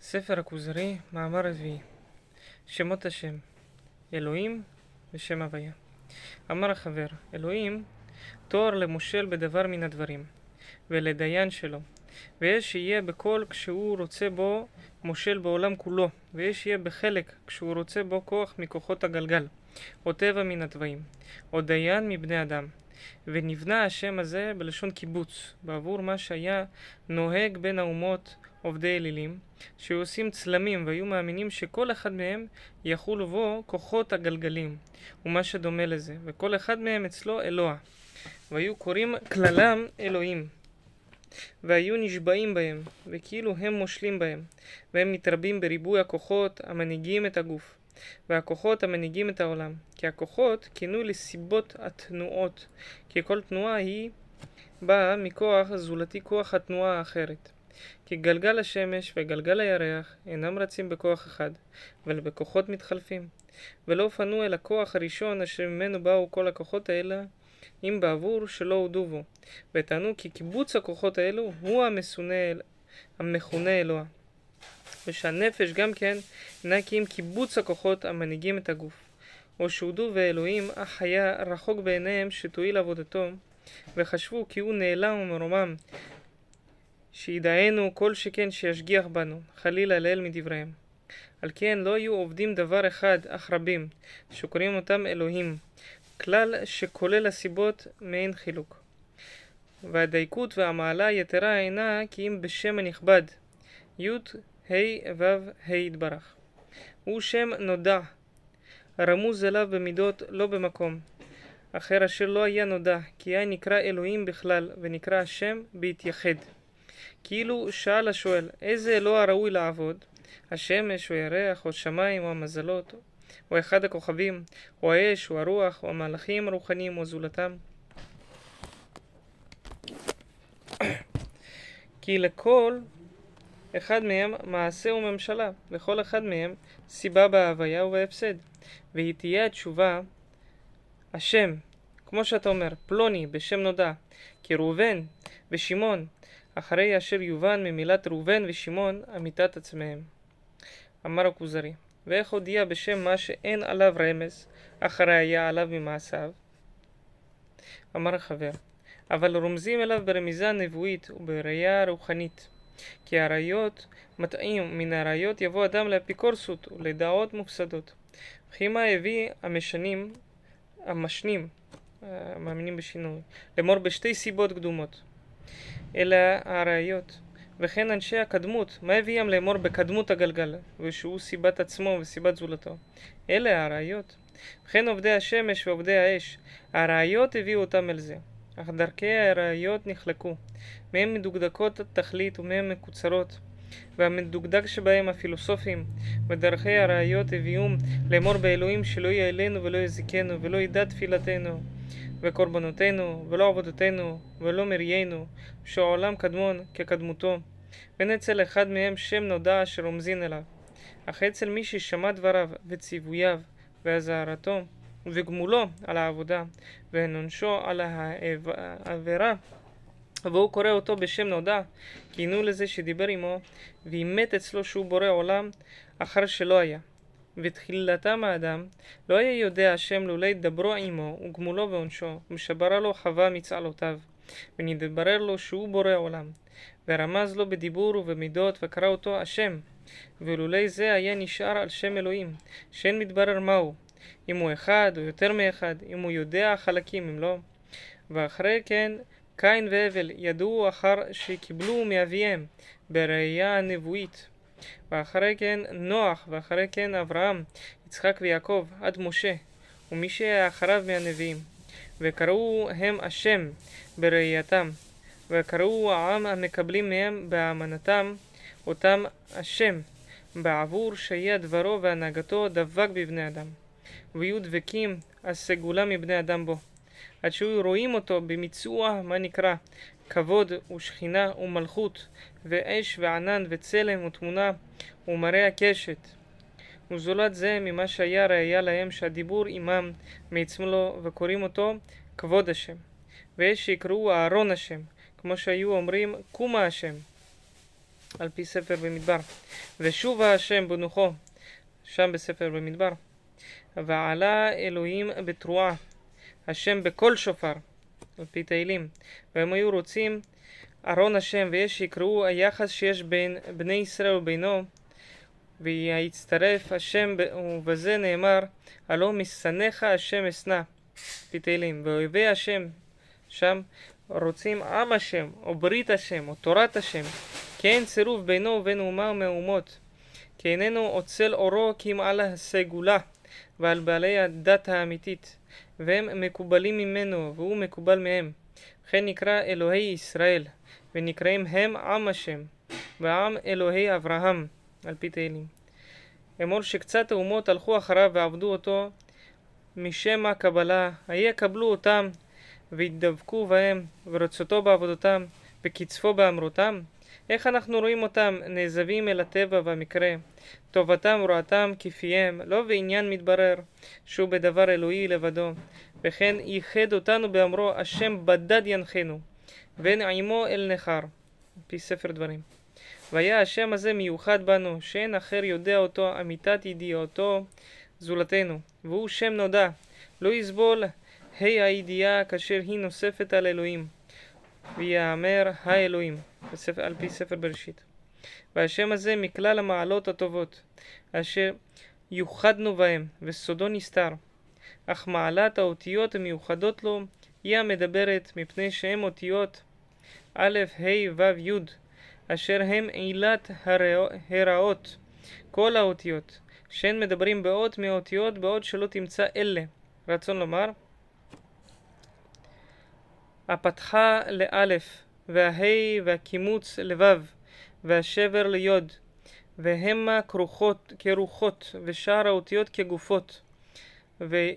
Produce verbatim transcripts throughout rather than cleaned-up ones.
ספר הכוזרי, מאמר רביעי. שמות השם, אלוהים ושם הוויה. אמר החבר, אלוהים תואר למושל בדבר מן הדברים, ולדיין שלו, ויש שיהיה בכל כשהוא רוצה בו מושל בעולם כולו, ויש שיהיה בחלק כשהוא רוצה בו כוח מכוחות הגלגל, או טבע מן הטבעים, או דיין מבני אדם. ונבנה השם הזה בלשון קיבוץ, בעבור מה שהיה נוהג בין האומות עובדי אלילים, שעושים צלמים והיו מאמינים שכל אחד מהם יחול בו כוחות הגלגלים, ומה שדומה לזה, וכל אחד מהם אצלו אלוה. והיו קוראים כללם אלוהים, והיו נשבעים בהם, וכאילו הם מושלים בהם, והם מתרבים בריבוי הכוחות המנהיגים את הגוף, והכוחות המנהיגים את העולם. כי הכוחות כינוי לסיבות התנועות, כי כל תנועה היא באה מכוח זולתי כוח התנועה האחרת. כי גלגל השמש וגלגל הירח אינם רצים בכוח אחד, אבל בכוחות מתחלפים, ולא פנו אל הכוח הראשון אשר ממנו באו כל הכוחות האלה, אם בעבור שלא הודו בו, וטענו כי קיבוץ הכוחות האלו הוא המסונה, המכונה אלוה, ושהנפש גם כן אינה כי אם קיבוץ הכוחות המנהיגים את הגוף, או שהודו ואלוהים אך היה רחוק בעיניהם שתועיל עבודתו, וחשבו כי הוא נעלם ומרומם, שידענו כל שכן שישגיח בנו, חלילה לאל מדבריהם. על כן לא יהיו עובדים דבר אחד אך רבים, שקוראים אותם אלוהים, כלל שכולל הסיבות מעין חילוק. והדייקות והמעלה היתרה אינה כי אם בשם הנכבד, י' ה' ו' ה' יתברך. הוא שם נודע, רמוז אליו במידות לא במקום, אחר אשר לא היה נודע, כי היה נקרא אלוהים בכלל, ונקרא השם בהתייחד. כאילו שאל השואל, איזה אלוה ראוי לעבוד? השמש או ירח או שמיים או המזלות, או אחד הכוכבים, או האש או הרוח, או המלאכים הרוחניים או זולתם. כי לכל אחד מהם מעשה וממשלה, לכל אחד מהם סיבה בהוויה ובהפסד. והיא תהיה התשובה השם, כמו שאתה אומר, פלוני בשם נודע, כי ראובן ושמעון, אחרי אשר יובן ממילת ראובן ושמעון אמיתת עצמם. אמר הכוזרי, ואיך הודיע בשם מה שאין עליו רמז, אחרי היה עליו ממעשיו? אמר החבר, אבל רומזים אליו ברמיזה נבואית ובראייה רוחנית, כי הראיות מטעים, מן הראיות יבוא אדם לאפיקורסות ולדעות מופסדות. וכי מה הביא המשנים, המשנים, המאמינים בשינוי, לאמור בשתי סיבות קדומות, אלא הראיות. וכן אנשי הקדמות, מה הביאם לאמור בקדמות הגלגל, ושהוא סיבת עצמו וסיבת זולתו? אלה הראיות. וכן עובדי השמש ועובדי האש, הראיות הביאו אותם אל זה, אך דרכי הראיות נחלקו, מהם מדוקדקות התכלית ומהם מקוצרות, והמדוקדק שבהם הפילוסופים, ודרכי הראיות הביאום לאמור באלוהים שלא יעלנו ולא יזיקנו ולא ידע תפילתנו וקורבנותינו ולא עבודתנו ולא מריינו, שהעולם קדמון כקדמותו, ואין אצל אחד מהם שם נודע אשר רומזין אליו, אך אצל מי ששמע דבריו וציווייו והזהרתו וגמולו על העבודה והעונשו על העבירה, והוא קורא אותו בשם נודע, כי עינו לזה שדיבר עמו ואימת אצלו שהוא בורא עולם אחר שלא היה. ותחילתם האדם לא היה יודע השם לולי דברו עמו וגמולו ועונשו, ומשברה לו חווה מצעלותיו, ונתברר לו שהוא בורא עולם, ורמז לו בדיבור ובמידות וקרא אותו השם, ולולי זה היה נשאר על שם אלוהים, שאין מתברר מהו, אם הוא אחד או יותר מאחד, אם הוא יודע חלקים אם לא. ואחרי כן קין והבל ידעו אחר שקיבלו מאביהם בראייה הנבואית, ואחרי כן נוח, ואחרי כן אברהם, יצחק ויעקב, עד משה, ומי שהיה אחריו מהנביאים, וקראו הם השם בראייתם, וקראו העם המקבלים מהם באמנתם אותם השם, בעבור שהיה דברו והנהגתו דבק בבני אדם, ויהיו דבקים הסגולה מבני אדם בו, עד שהיו רואים אותו במצוע מה נקרא כבוד ושכינה ומלכות ואש וענן וצלם ותמונה ומראה הקשת, וזולת זה ממה שהיה ראיה להם שהדיבור עמם מעצם לו, וקוראים אותו כבוד השם, ויש שיקראו אהרון השם, כמו שהיו אומרים קומה השם, על פי ספר במדבר. ושובה השם בנוחו, שם בספר במדבר. ועלה אלוהים בתרועה, השם בכל שופר, על פי תהילים. והם היו רוצים ארון השם, ויש שיקראו היחס שיש בין בני ישראל ובינו, ויצטרף השם, ובזה נאמר, הלא משנאיך השם אשנא, פי תהילים. ואויבי השם, שם רוצים עם השם, או ברית השם, או תורת השם, כי אין צירוף בינו ובין אומה ומאומות, כי איננו עוצל אורו כמעל הסגולה, ועל בעלי הדת האמיתית, והם מקובלים ממנו, והוא מקובל מהם. לכן נקרא אלוהי ישראל, ונקראים הם עם השם, ועם אלוהי אברהם, על פי תהילים. אמור שקצת האומות הלכו אחריו ועבדו אותו משם הקבלה, היה קבלו אותם והתדבקו בהם ורצותו בעבודותם וקצפו באמרותם. איך אנחנו רואים אותם נעזבים אל הטבע והמקרה, טובתם ורעתם כפיהם, לא בעניין מתברר שהוא בדבר אלוהי לבדו. וכן ייחד אותנו באמרו, השם בדד ינחנו ונעימו אל נחר, פי ספר דברים. והיה השם הזה מיוחד בנו, שאין אחר יודע אותו אמיתת ידיעתו זולתנו, והוא שם נודע, לא יסבול ה' הידיעה כאשר היא נוספת על אלוהים, ויאמר האלוהים, על פי ספר בראשית. והשם הזה מכלל המעלות הטובות, אשר יוחדנו בהם, וסודו נסתר, אך מעלת האותיות המיוחדות לו היא המדברת, מפני שהם אותיות א', ה', ו', י', אשר הם עילת הרעות, כל האותיות, שהן מדברים באות מאותיות, בעוד שלא תמצא אלה. רצון לומר, הפתחה לאלף, וההי והקימוץ לבב, והשבר ליוד, והמה כרוכות כרוחות, ושאר האותיות כגופות, ויוד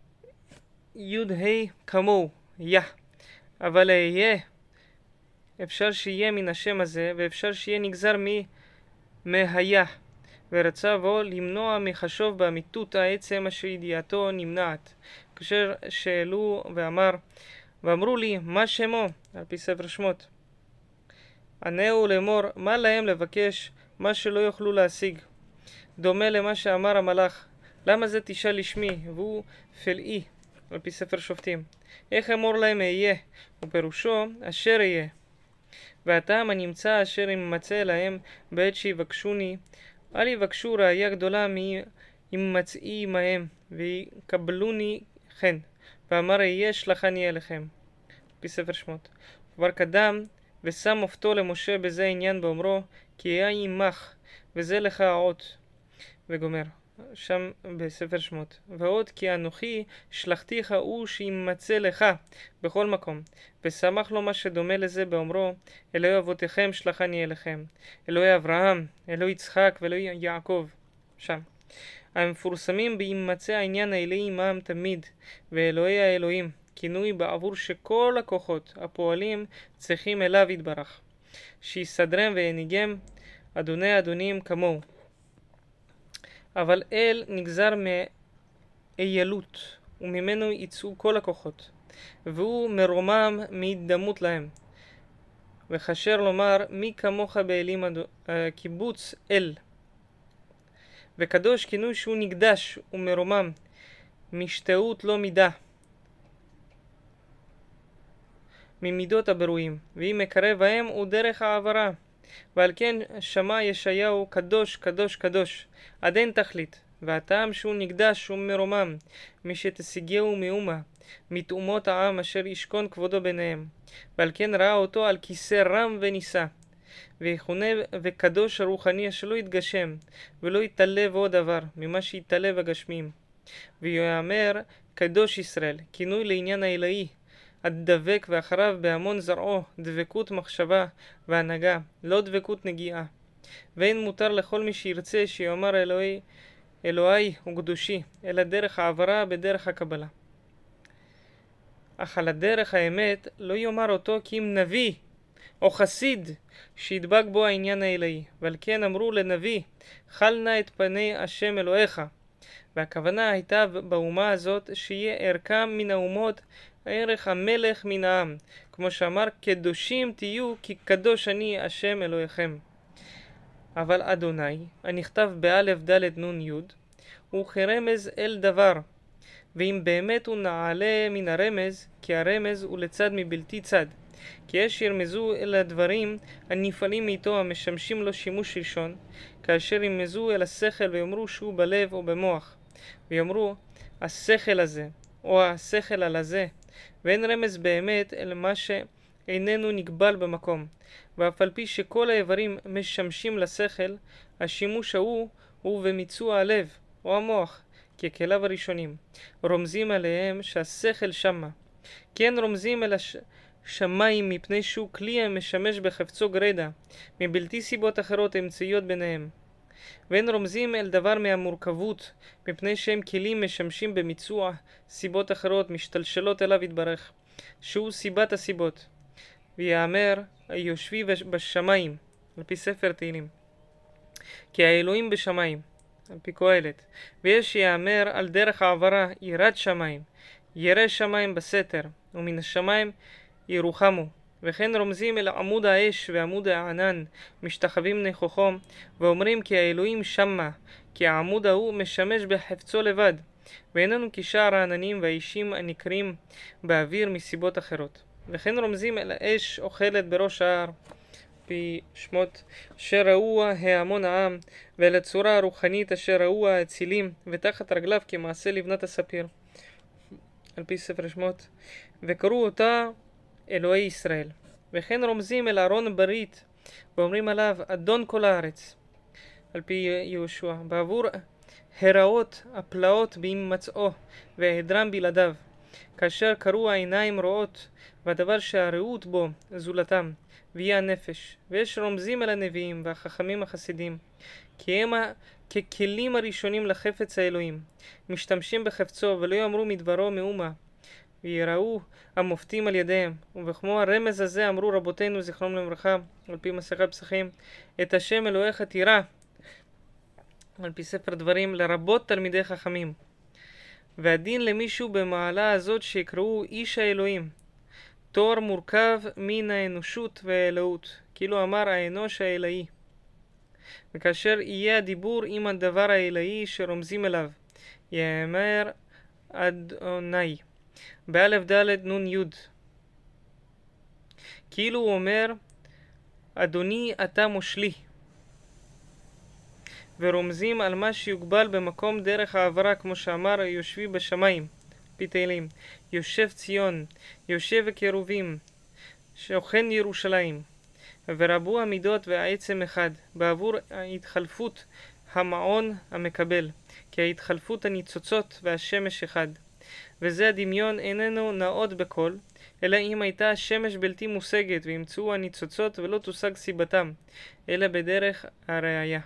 ה' כמוהו, יה. אבל אהיה, אפשר שיהיה מן השם הזה, ואפשר שיהיה נגזר מ... מההיה, ורצה בו למנוע מחשוב באמיתות העצם אשר ידיעתו נמנעת. כאשר שאלו ואמר, ואמרו לי, מה שמו? על פי ספר שמות. ענהו לאמור, מה להם לבקש מה שלא יוכלו להשיג? דומה למה שאמר המלאך, למה זה תשאל לשמי, והוא פלאי, על פי ספר שופטים. איך אמור להם אהיה? ופירושו, אשר אהיה. והטעם הנמצא אשר ימצא להם בעת שיבקשוני, אל יבקשו ראיה גדולה מימצאי עמהם, ויקבלוני כן, ואמר אהיה שלחני אליכם. פי ספר שמות. כבר קדם ושם אופתו למשה בזה עניין באומרו, כי היה עמך, וזה לך האות. וגומר, שם בספר שמות. ועוד כי אנוכי שלחתיך הוא שימצא לך בכל מקום. ושמח לו מה שדומה לזה באומרו, אלוהי אבותיכם שלחני אליכם. אלוהי אברהם, אלוהי יצחק ואלוהי יעקב. שם. המפורסמים בהימצא העניין האלוהי עמם תמיד, ואלוהי האלוהים, כינוי בעבור שכל הכוחות הפועלים צריכים אליו יתברך. שיסדרם ויניגם אדוני אדונים כמוהו. אבל אל נגזר מאיילות, וממנו יצאו כל הכוחות, והוא מרומם מהתדמות להם. וחשר לומר, מי כמוך באלים קיבוץ אל. וקדוש כינוי שהוא נקדש ומרומם, משתאות לא מידה, ממידות הברואים, ואם מקרב בהם הוא דרך העברה. ועל כן שמע ישעיהו קדוש קדוש קדוש עד אין תכלית, והטעם שהוא נקדש ומרומם, משתשיגהו מאומה, מתאומות העם אשר ישכון כבודו ביניהם. ועל כן ראה אותו על כיסא רם ונישא, ויכונה וקדוש הרוחני אשר לא יתגשם, ולא יתעלה בו דבר ממה שיתעלה בגשמים. ויאמר קדוש ישראל, כינוי לעניין האלוהי, הדבק ואחריו בהמון זרעו, דבקות מחשבה והנהגה, לא דבקות נגיעה. ואין מותר לכל מי שירצה שיאמר אלוהי, אלוהי וקדושי, אלא דרך העברה בדרך הקבלה. אך על הדרך האמת לא יאמר אותו כי אם נביא או חסיד שידבק בו העניין האלוהי. ועל כן אמרו לנביא, חל נא את פני השם אלוהיך. והכוונה הייתה באומה הזאת שיהיה ערכם מן האומות ערך המלך מן העם, כמו שאמר, קדושים תהיו כי קדוש אני השם אלוהיכם. אבל אדוני, הנכתב באלף ד' נ' י', הוא כרמז אל דבר, ואם באמת הוא נעלה מן הרמז, כי הרמז הוא לצד מבלתי צד, כי יש ירמזו אל הדברים הנפעלים מאיתו המשמשים לו שימוש ראשון, כאשר ירמזו אל השכל ויאמרו שהוא בלב או במוח, ויאמרו השכל הזה או השכל על הזה, ואין רמז באמת אל מה שאיננו נקבל במקום, ואף על פי שכל האיברים משמשים לשכל, השימוש ההוא הוא במיצוע הלב או המוח, ככליו הראשונים, רומזים עליהם שהשכל שמה. כן רומזים אל השמיים מפני שהוא כלי המשמש בחפצו גרדה, מבלתי סיבות אחרות אמצעיות ביניהם. ואין רומזים אל דבר מהמורכבות, מפני שהם כלים משמשים במיצוע סיבות אחרות משתלשלות אליו יתברך, שהוא סיבת הסיבות. ויאמר היושבי בשמיים, על פי ספר תהילים, כי האלוהים בשמיים, על פי קהלת. ויש שיאמר על דרך העברה ירד שמיים, ירא שמיים בסתר, ומן השמיים ירוחמו. וכן רומזים אל עמוד האש ועמוד הענן משתחווים נכוחו, ואומרים כי האלוהים שמה, כי העמוד ההוא משמש בחפצו לבד, ואיננו כשאר העננים והאישים הנקרים באוויר מסיבות אחרות. וכן רומזים אל האש אוכלת בראש ההר, פי שמות, אשר ראוה ההמון העם, ואל הצורה הרוחנית אשר ראוה האצילים, ותחת רגליו כמעשה לבנת הספיר, על פי ספר שמות, וקראו אותה אלוהי ישראל. וכן רומזים אל ארון ברית, ואומרים עליו אדון כל הארץ, על פי יהושע, בעבור הרעות הפלאות בהימצאו והיעדרם בלעדיו, כאשר קראו העיניים רואות, והדבר שהראות בו זולתם, והיא הנפש. ויש רומזים אל הנביאים והחכמים החסידים, כי הם ככלים הראשונים לחפץ האלוהים, משתמשים בחפצו ולא יאמרו מדברו מאומה, ויראו המופתים על ידיהם. ובכמו הרמז הזה אמרו רבותינו זכרם לברכה, על פי מסכת פסחים, את השם אלוהיך תירא, על פי ספר דברים, לרבות תלמידי חכמים. והדין למישהו במעלה הזאת שיקראו איש האלוהים, תואר מורכב מן האנושות והאלוהות, כאילו אמר האנוש האלוהי. וכאשר יהיה הדיבור עם הדבר האלוהי שרומזים אליו, יאמר אדוני, באלף ד' נ' י', כאילו הוא אומר אדוני אתה מושלי, ורומזים על מה שיוגבל במקום דרך העברה, כמו שאמר יושבי בשמיים, פי תהילים, יושב ציון, יושב הקרובים, שוכן ירושלים, ורבו המידות והעצם אחד, בעבור ההתחלפות המעון המקבל, כי ההתחלפות הניצוצות והשמש אחד. וזה הדמיון איננו נאות בכל, אלא אם הייתה השמש בלתי מושגת, וימצאו הניצוצות ולא תושג סיבתם, אלא בדרך הראייה.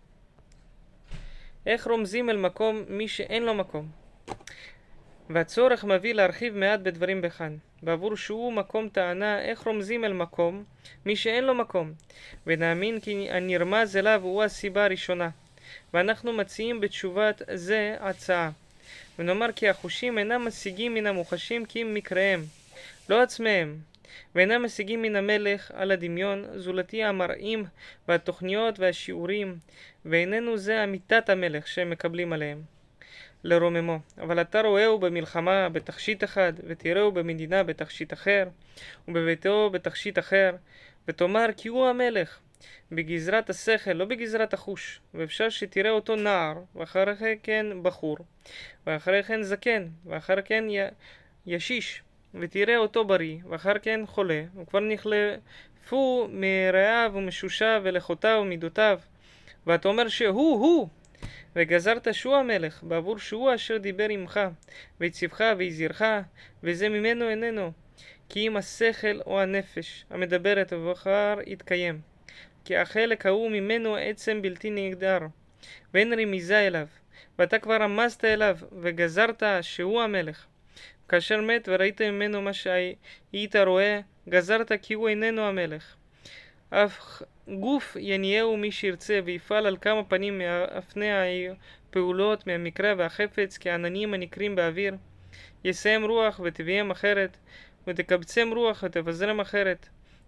איך רומזים אל מקום מי שאין לו מקום? והצורך מביא להרחיב מעט בדברים בכאן, בעבור שהוא מקום טענה איך רומזים אל מקום מי שאין לו מקום, ונאמין כי הנרמז אליו הוא הסיבה הראשונה, ואנחנו מציעים בתשובת זה הצעה, ונאמר כי החושים אינם משיגים מן המוחשים כי אם מקראיהם, לא עצמיהם, ואינם משיגים מן המלך על הדמיון, זולתי המראים והתוכניות והשיעורים, ואיננו זה אמיתת המלך שהם מקבלים עליהם לרוממו. אבל אתה רואה במלחמה בתכשיט אחד, ותראהו במדינה בתכשיט אחר, ובביתו בתכשיט אחר, ותאמר כי הוא המלך, בגזרת השכל, לא בגזרת החוש. ואפשר שתראה אותו נער, ואחרי כן בחור, ואחרי כן זקן, ואחרי כן ישיש, ותראה אותו בריא, ואחר כן חולה, וכבר נחלפו מרעיו ומשושיו ולחותיו ומידותיו, ואתה אומר שהוא הוא, וגזרת שהוא המלך, בעבור שהוא אשר דיבר עמך, והציבך והזהירך, וזה ממנו איננו, כי אם השכל או הנפש המדברת ובחר יתקיים, כי החלק ההוא ממנו עצם בלתי נגדר, ואין רמיזה אליו, ואתה כבר רמזת אליו, וגזרת שהוא המלך. כאשר מת וראית ממנו מה שהיית רואה, גזרת כי הוא איננו המלך. אף גוף יניהו מי שירצה, ויפעל על כמה פנים מאפני הפעולות מהמקרא והחפץ, כעננים הנקרים באוויר. יסיים רוח ותביאם אחרת, ותקבצם רוח ותבזרם אחרת,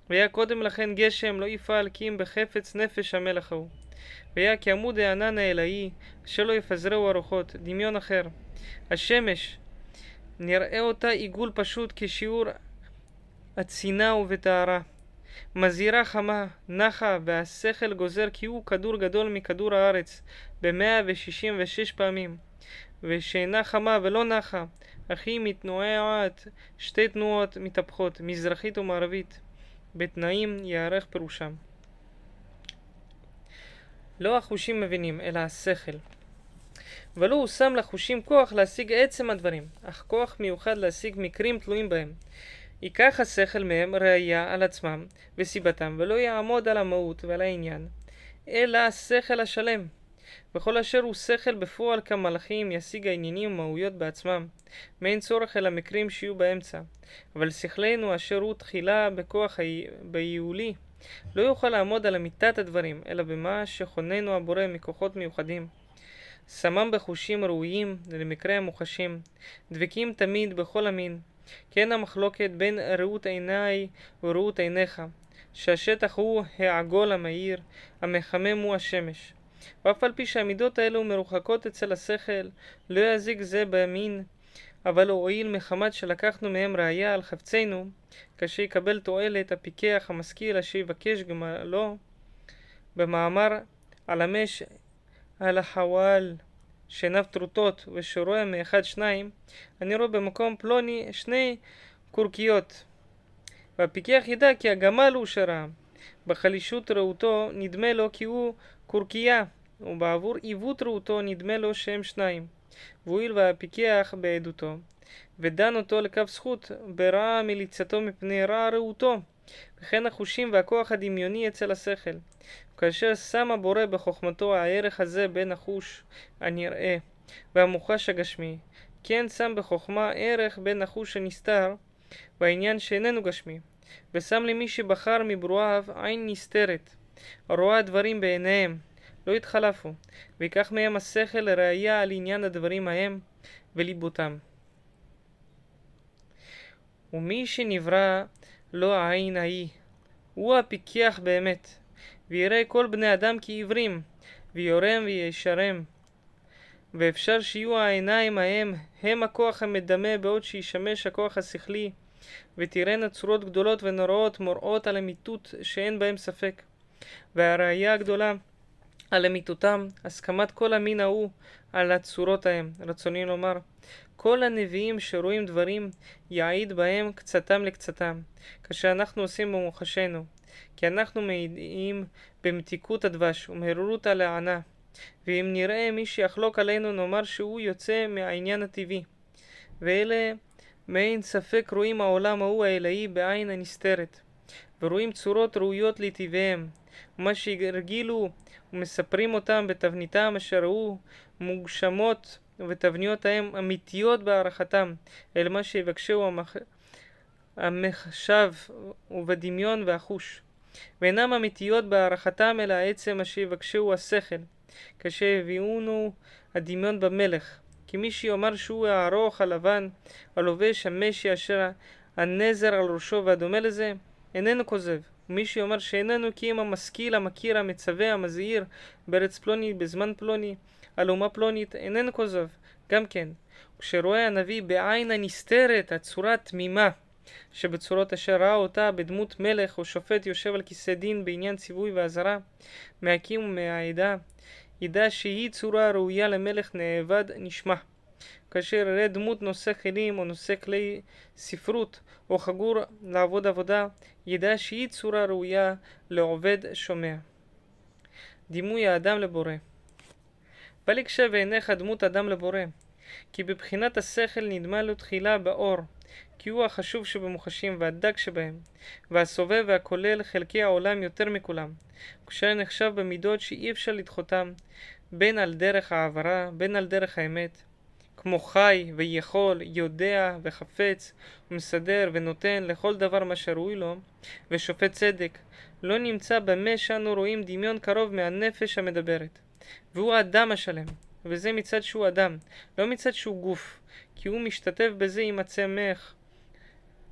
והיה קודם לכן גשם לא יפעל כי אם בחפץ נפש המלך ההוא. והיה כעמוד הענן האלוהי אשר לא יפזרהו הרוחות, דמיון אחר. השמש נראה אותה עיגול פשוט כשיעור הצינה ובטהרה. מזהירה חמה, נחה, והשכל גוזר כי הוא כדור גדול מכדור הארץ ב-מאה ושישים ושש פעמים, ושאינה חמה ולא נחה, אך היא מתנועת שתי תנועות מתהפכות, מזרחית ומערבית, בתנאים יערך פירושם. לא החושים מבינים, אלא השכל. ולא הוא שם לחושים כוח להשיג עצם הדברים, אך כוח מיוחד להשיג מקרים תלויים בהם. ייקח השכל מהם ראייה על עצמם וסיבתם, ולא יעמוד על המהות ועל העניין, אלא השכל השלם. וכל אשר הוא שכל בפועל כמלאכים ישיג העניינים ומהויות בעצמם, מאין צורך אלא מקרים שיהיו באמצע. אבל שכלנו אשר הוא תחילה בכוח בייעולי, לא יוכל לעמוד על אמיתת הדברים, אלא במה שכוננו הבורא מכוחות מיוחדים. שמם בחושים ראויים למקרה המוחשים, דבקים תמיד בכל המין. כן המחלוקת בין ראות עיניי וראות עיניך, שהשטח הוא העגול המאיר, המחמם הוא השמש. ואף על פי שהמידות האלו מרוחקות אצל השכל, לא יזיק זה במין, אבל הואיל מחמת שלקחנו מהם ראייה על חפצנו, כאשר יקבל תועלת הפיקח המשכיל אשר יבקש גמלו, במאמר על המש על החוואל שעיניו טרוטות ושרואה מאחד שניים, אני רואה במקום פלוני שני קורקיות, והפיקח ידע כי הגמל הוא שראה. בחלישות ראותו נדמה לו כי הוא קורקייה, ובעבור עיוות ראותו נדמה לו שהם שניים. והואיל והפיקח בעדותו, ודן אותו לכף זכות ברעה מליצתו מפני רע ראותו, וכן החושים והכוח הדמיוני אצל השכל. וכאשר שם הבורא בחוכמתו הערך הזה בין החוש הנראה והמוחש הגשמי, כן שם בחוכמה ערך בין החוש הנסתר והעניין שאיננו גשמי, ושם למי שבחר מברואיו עין נסתרת, הרואה דברים בעיניהם, לא יתחלפו, ויקח מהם השכל לראייה על עניין הדברים ההם וליבותם. ומי שנברא לא העין ההיא, הוא הפיקח באמת, ויראה כל בני אדם כעיוורים, ויורם וישרם. ואפשר שיהיו העיניים ההם הם הכוח המדמה, בעוד שישמש הכוח השכלי, ותראינה צורות גדולות ונוראות מוראות על אמיתות שאין בהם ספק. והראייה הגדולה על אמיתותם, הסכמת כל המין ההוא על הצורות ההם. רצוני לומר, כל הנביאים שרואים דברים יעיד בהם קצתם לקצתם, כאשר אנחנו עושים במוחשנו, כי אנחנו מעידים במתיקות הדבש ומהירות הלענה, ואם נראה מי שיחלוק עלינו נאמר שהוא יוצא מהעניין הטבעי. ואלה מעין ספק רואים העולם ההוא האלוהי בעין הנסתרת, ורואים צורות ראויות לטבעיהם, ומה שהרגילו ומספרים אותם בתבניתם אשר ראו מוגשמות ובתבניות ההם אמיתיות בהערכתם, אל מה שיבקשו המח... המחשב ובדמיון והחוש, ואינם אמיתיות בהערכתם אלא העצם אשר יבקשו השכל, כאשר הביאונו הדמיון במלך. כי מי שיאמר שהוא הארוך הלבן הלובש המשי אשר הנזר על ראשו והדומה לזה, איננו כוזב. ומי שיאמר שאיננו כי אם המשכיל המכיר המצווה המזהיר בארץ פלוני בזמן פלוני על אומה פלונית, איננו כוזב גם כן. כשרואה הנביא בעין הנסתרת הצורה התמימה שבצורות אשר ראה אותה בדמות מלך או שופט יושב על כיסא דין בעניין ציווי ואזהרה מהקים ומהעדה, ידע שהיא צורה ראויה למלך נאבד נשמע. כאשר יראה דמות נושא כלים או נושא כלי ספרות או חגור לעבוד עבודה, ידע שהיא צורה ראויה לעובד שומע. דימוי האדם לבורא. בל יקשב בעיניך דמות אדם לבורא, כי בבחינת השכל נדמה לו תחילה באור, כי הוא החשוב שבמוחשים והדק שבהם, והסובב והכולל חלקי העולם יותר מכולם, כאשר נחשב במידות שאי אפשר לדחותם, בין על דרך העברה, בין על דרך האמת, כמו חי ויכול, יודע וחפץ, ומסדר ונותן לכל דבר מה שראוי לו, ושופט צדק, לא נמצא במה שאנו רואים דמיון קרוב מהנפש המדברת, והוא האדם השלם, וזה מצד שהוא אדם, לא מצד שהוא גוף, כי הוא משתתף בזה עם הצמח,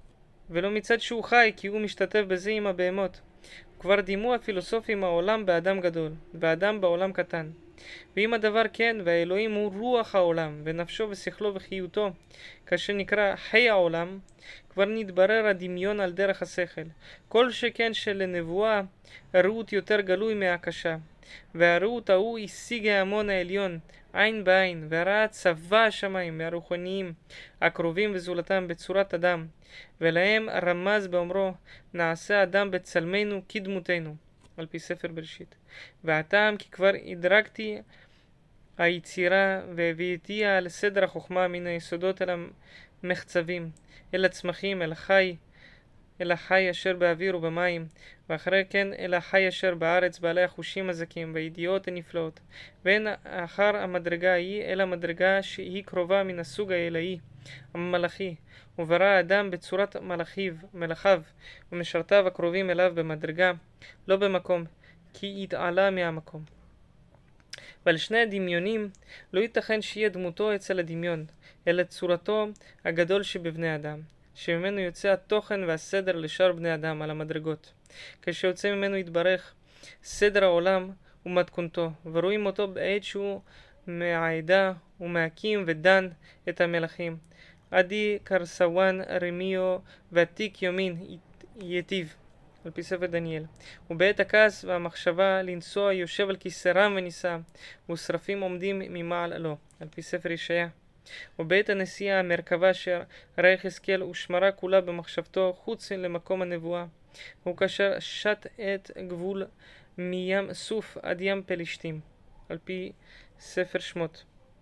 ולא מצד שהוא חי, כי הוא משתתף בזה עם הבהמות. כבר דימו הפילוסופים העולם באדם גדול, ואדם בעולם קטן. ואם הדבר כן, והאלוהים הוא רוח העולם, ונפשו ושכלו וחיותו, כאשר נקרא חי העולם, כבר נתברר הדמיון על דרך השכל. כל שכן שלנבואה הראות יותר גלוי מהקשה, והראות ההוא השיג ההמון העליון, עין בעין, וראה צבא השמיים מהרוחניים הקרובים וזולתם בצורת אדם, ולהם רמז באומרו, נעשה אדם בצלמנו כדמותנו, על פי ספר בראשית. והטעם כי כבר הדרגתי היצירה והביאתיה על סדר החוכמה מן היסודות אל המחצבים, אל הצמחים, אל החי, אל החי אשר באוויר ובמים, ואחרי כן אל החי אשר בארץ, בעלי החושים הזכים והידיעות הנפלאות, ואין אחר המדרגה ההיא אל המדרגה שהיא קרובה מן הסוג האלוהי המלאכי, וברא האדם בצורת מלאכיו, מלאכיו ומשרתיו הקרובים אליו במדרגה, לא במקום, כי התעלה מהמקום. ועל שני הדמיונים לא ייתכן שיהיה דמותו אצל הדמיון, אלא צורתו הגדול שבבני אדם, שממנו יוצא התוכן והסדר לשאר בני אדם על המדרגות. כשיוצא ממנו יתברך סדר העולם ומתכונתו, ורואים אותו בעת שהוא מהעדה ומהקים ודן את המלכים. עדי קרסוון רמיו ועתיק יומין יטיב, על פי ספר דניאל. ובעת הכעס והמחשבה לנסוע יושב על כיסא רם ונישא, ושרפים עומדים ממעל לו, על פי ספר ישעיה. ובעת הנסיעה המרכבה אשר ראה יחזקאל ושמרה כולה במחשבתו חוץ למקום הנבואה, הוא כאשר שט את גבול מים סוף עד ים פלישתים, על פי ספר שמות.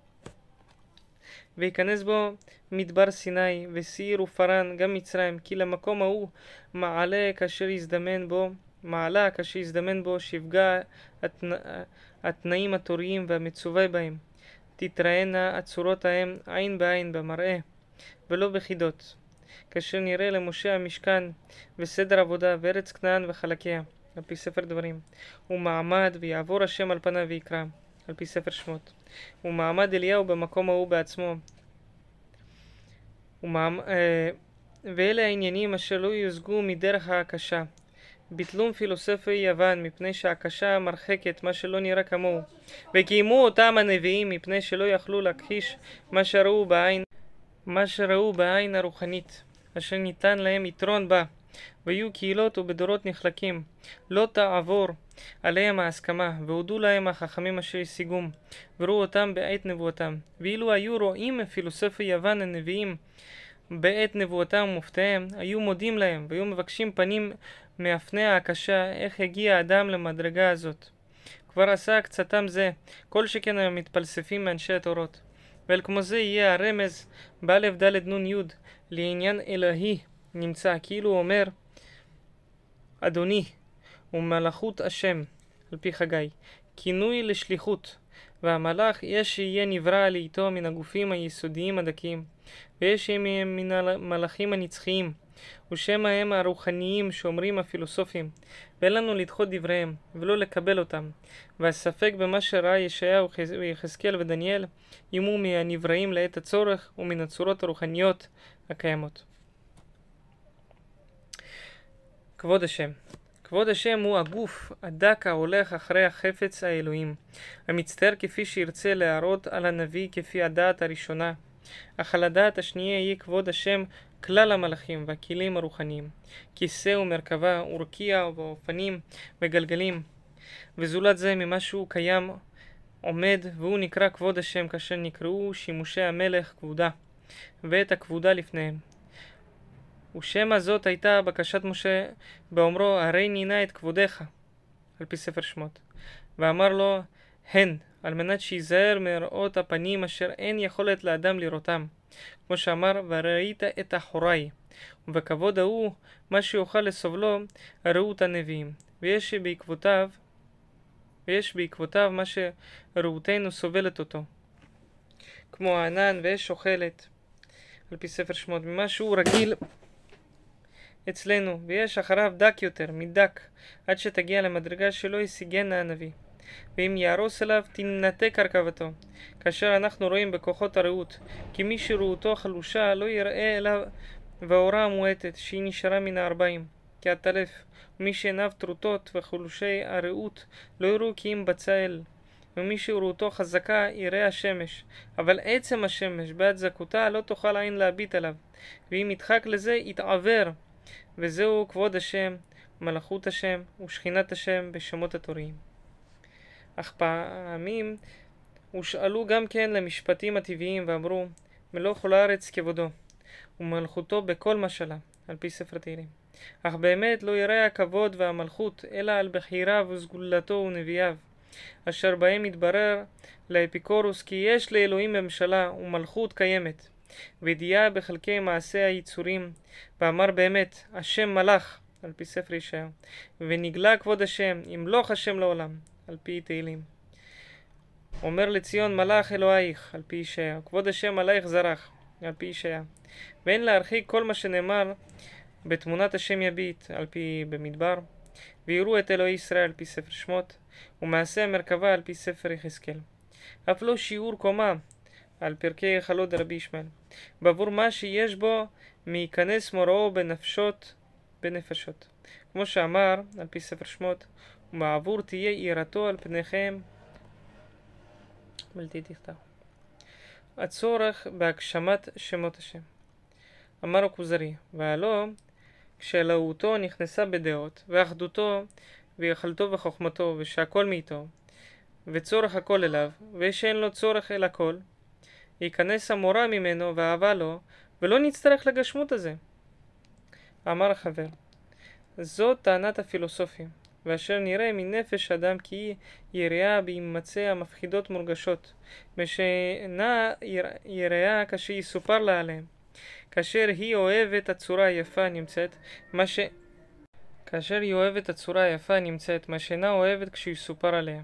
ויכנס בו מדבר סיני וסעיר ופרן גם מצרים, כי למקום ההוא מעלה כאשר יזדמן בו מעלה כאשר יזדמן בו שיפגע התנא, התנאים התוריים והמצווה בהם, תתראינה הצורות ההם עין בעין במראה ולא בחידות, כאשר נראה למשה המשכן וסדר עבודה וארץ כנען וחלקיה, על פי ספר דברים. ומעמד ויעבור השם על פניו ויקרא, על פי ספר שמות. ומעמד אליהו במקום ההוא בעצמו. ומעמ... אה... ואלה העניינים אשר לא יושגו מדרך ההקשה. ביטלום פילוסופי יוון מפני שההקשה מרחקת מה שלא נראה כמוהו, וקיימו אותם הנביאים מפני שלא יכלו להכחיש מה שראו בעין מה שראו בעין הרוחנית אשר ניתן להם יתרון בה, ויהיו קהילות ובדורות נחלקים לא תעבור עליהם ההסכמה, והודו להם החכמים אשר השיגום וראו אותם בעת נבואתם. ואילו היו רואים פילוסופי יוון הנביאים בעת נבואתם ומופתיהם, היו מודים להם והיו מבקשים פנים מאפני ההקשה איך הגיע האדם למדרגה הזאת. כבר עשה קצתם זה, כל שכן הם מתפלספים מאנשי התורות. ואל כמו זה יהיה הרמז באלף ד' נ' י' לעניין אלוהי נמצא, כאילו הוא אומר אדוני ומלאכות השם, על פי חגי, כינוי לשליחות, והמלאך יש שיהיה נברא לאיתו מן הגופים היסודיים הדקים, ויש שיהיה מן המלאכים הנצחיים, ושמא הם הרוחניים שאומרים הפילוסופים, ואין לנו לדחות דבריהם ולא לקבל אותם, והספק במה שראה ישעיהו ויחזקאל ודניאל ימו מהנבראים לעת הצורך ומן הצורות הרוחניות הקיימות. כבוד השם. כבוד השם הוא הגוף הדק ההולך אחרי החפץ האלוהים, המצטער כפי שירצה להראות על הנביא כפי הדעת הראשונה, אך על הדעת השנייה יהיה כבוד השם כלל המלאכים והכלים הרוחניים, כיסא ומרכבה ורקיע ואופנים וגלגלים, וזולת זה ממה שהוא קיים עומד, והוא נקרא כבוד השם כאשר נקראו שימושי המלך כבודה, ואת הכבודה לפניהם. ושמה זאת הייתה בקשת משה באומרו הרי נינה את כבודך, על פי ספר שמות, ואמר לו הן, על מנת שיזהר מראות הפנים אשר אין יכולת לאדם לראותם, כמו שאמר וראית את אחוריי, ובכבוד ההוא מה שיוכל לסובלו ראות הנביאים, ויש בעקבותיו ויש בעקבותיו מה שראותנו סובלת אותו, כמו הענן ואש אוכלת, על פי ספר שמות, ממה שהוא רגיל אצלנו, ויש אחריו דק יותר מדק, עד שתגיע למדרגה שלא ישיגנה הנביא, ואם יהרוס אליו תנתק הרכבתו, כאשר אנחנו רואים בכוחות הראות, כי מי שראותו חלושה לא יראה אליו והאורה המועטת שהיא נשארה מן הארבעים, כעטלף, ומי שעיניו טרוטות וחולשי הראות לא יראו כי אם בצע אל, ומי שראותו חזקה יראה השמש, אבל עצם השמש בעד זכותה לא תוכל עין להביט עליו, ואם ידחק לזה יתעוור, וזהו כבוד השם, מלאכות השם ושכינת השם בשמות התוריים. אך פעמים הושאלו גם כן למשפטים הטבעיים ואמרו, מלוא כל הארץ כבודו, ומלכותו בכל משלה, על פי ספר תהילים. אך באמת לא יראה הכבוד והמלכות, אלא על בחיריו וסגולתו ונביאיו, אשר בהם יתברר לאפיקורוס כי יש לאלוהים ממשלה ומלכות קיימת, וידיעה בחלקי מעשה היצורים, ואמר באמת, השם מלך, על פי ספר ישעיהו, ונגלה כבוד השם, ימלוך השם לעולם, על פי תהילים. אומר לציון מלך אלוהיך, על פי ישעיהו, כבוד השם עלייך זרח, על פי ישעיהו. ואין להרחיק כל מה שנאמר בתמונת השם יביט, על פי במדבר, ויראו את אלוהי ישראל, על פי ספר שמות, ומעשה המרכבה, על פי ספר יחזקאל. אף לא שיעור קומה, על פרקי חלות רבי ישמעאל, בעבור מה שיש בו מייכנס מוראו בנפשות בנפשות, כמו שאמר, על פי ספר שמות, ומעבור תהיה יראתו על פניכם בלתי תכתב. הצורך בהגשמת שמות השם. אמר הכוזרי, והלא כשאלוהותו נכנסה בדעות, ואחדותו ויכלתו וחוכמתו, ושהכל מאיתו, וצורך הכל אליו, ושאין לו צורך אל הכל, ייכנס המורה ממנו ואהבה לו, ולא נצטרך לגשמות הזה. אמר החבר, זאת טענת הפילוסופים, ואשר נראה מנפש אדם כי היא יראה בהימצא המפחידות מורגשות, ושאינה יראה כשיסופר לה עליהם, כאשר היא אוהבת הצורה היפה נמצאת, מה ש... כאשר היא אוהבת הצורה היפה נמצאת, מה שאינה אוהבת כשיסופר עליה.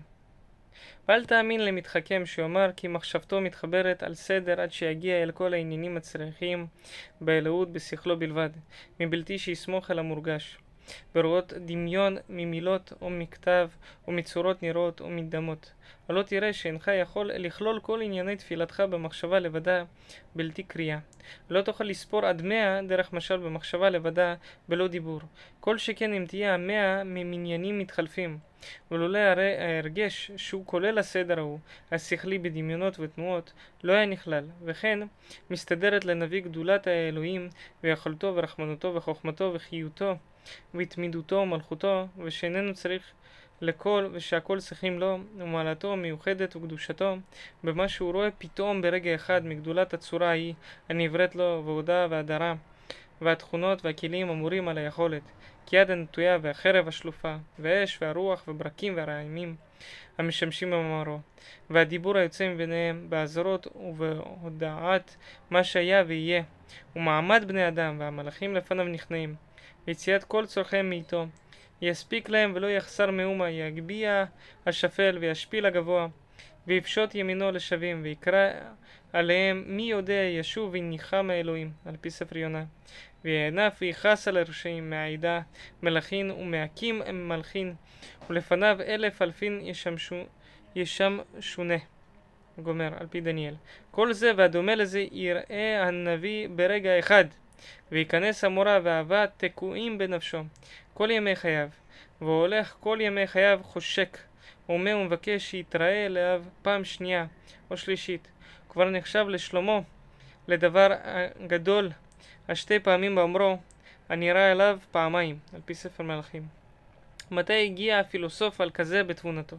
ואל תאמין למתחכם שאומר כי מחשבתו מתחברת על סדר עד שיגיע אל כל העניינים הצריכים באלוהות בשכלו בלבד, מבלתי שיסמוך על המורגש, ברואות דמיון ממילות או מכתב או מצורות נראות או מדמות. ולא תראה שאינך יכול לכלול כל ענייני תפילתך במחשבה לבדה בלתי קריאה. לא תוכל לספור עד מאה דרך משל במחשבה לבדה בלא דיבור. כל שכן אם תהיה המאה ממניינים מתחלפים. ולולא הרי ההרגש שהוא כולל הסדר ההוא, השכלי בדמיונות ותנועות, לא היה נכלל, וכן מסתדרת לנביא גדולת האלוהים ויכולתו ורחמנותו וחוכמתו וחיותו והתמידותו ומלכותו, ושאיננו צריך לכל ושהכל צריכים לו, ומעלתו מיוחדת וקדושתו, במה שהוא רואה פתאום ברגע אחד מגדולת הצורה ההיא הנבראת לו, והודעה והדרה, והתכונות והכלים אמורים על היכולת, כי יד הנטויה והחרב השלופה, והאש והרוח וברקים והרעימים המשמשים במאמרו, והדיבור היוצא מביניהם בעזרות ובהודעת מה שהיה ויהיה, ומעמד בני אדם והמלאכים לפניו נכנעים, ויציאת כל צורכיהם מאיתו, יספיק להם ולא יחסר מאומה, יגביה השפל וישפיל הגבוה, ויפשוט ימינו לשווים, ויקרא עליהם מי יודע ישוב וניחם האלוהים, על פי ספר יונה, וינף ויכעס על הרשעים מהעדה מלאכין ומהקים מלכין, ולפניו אלף אלפין ישמשו, ישמשונה. גומר, על פי דניאל. כל זה והדומה לזה יראה הנביא ברגע אחד, ויכנס המורה ואהבה תקועים בנפשו כל ימי חייו, והולך כל ימי חייו חושק, אומר ומבקש שיתראה אליו פעם שנייה או שלישית. כבר נחשב לשלמה לדבר גדול השתי פעמים באומרו הנראה אליו פעמיים, על פי ספר מלכים. מתי הגיע הפילוסוף על כזה בתבונתו?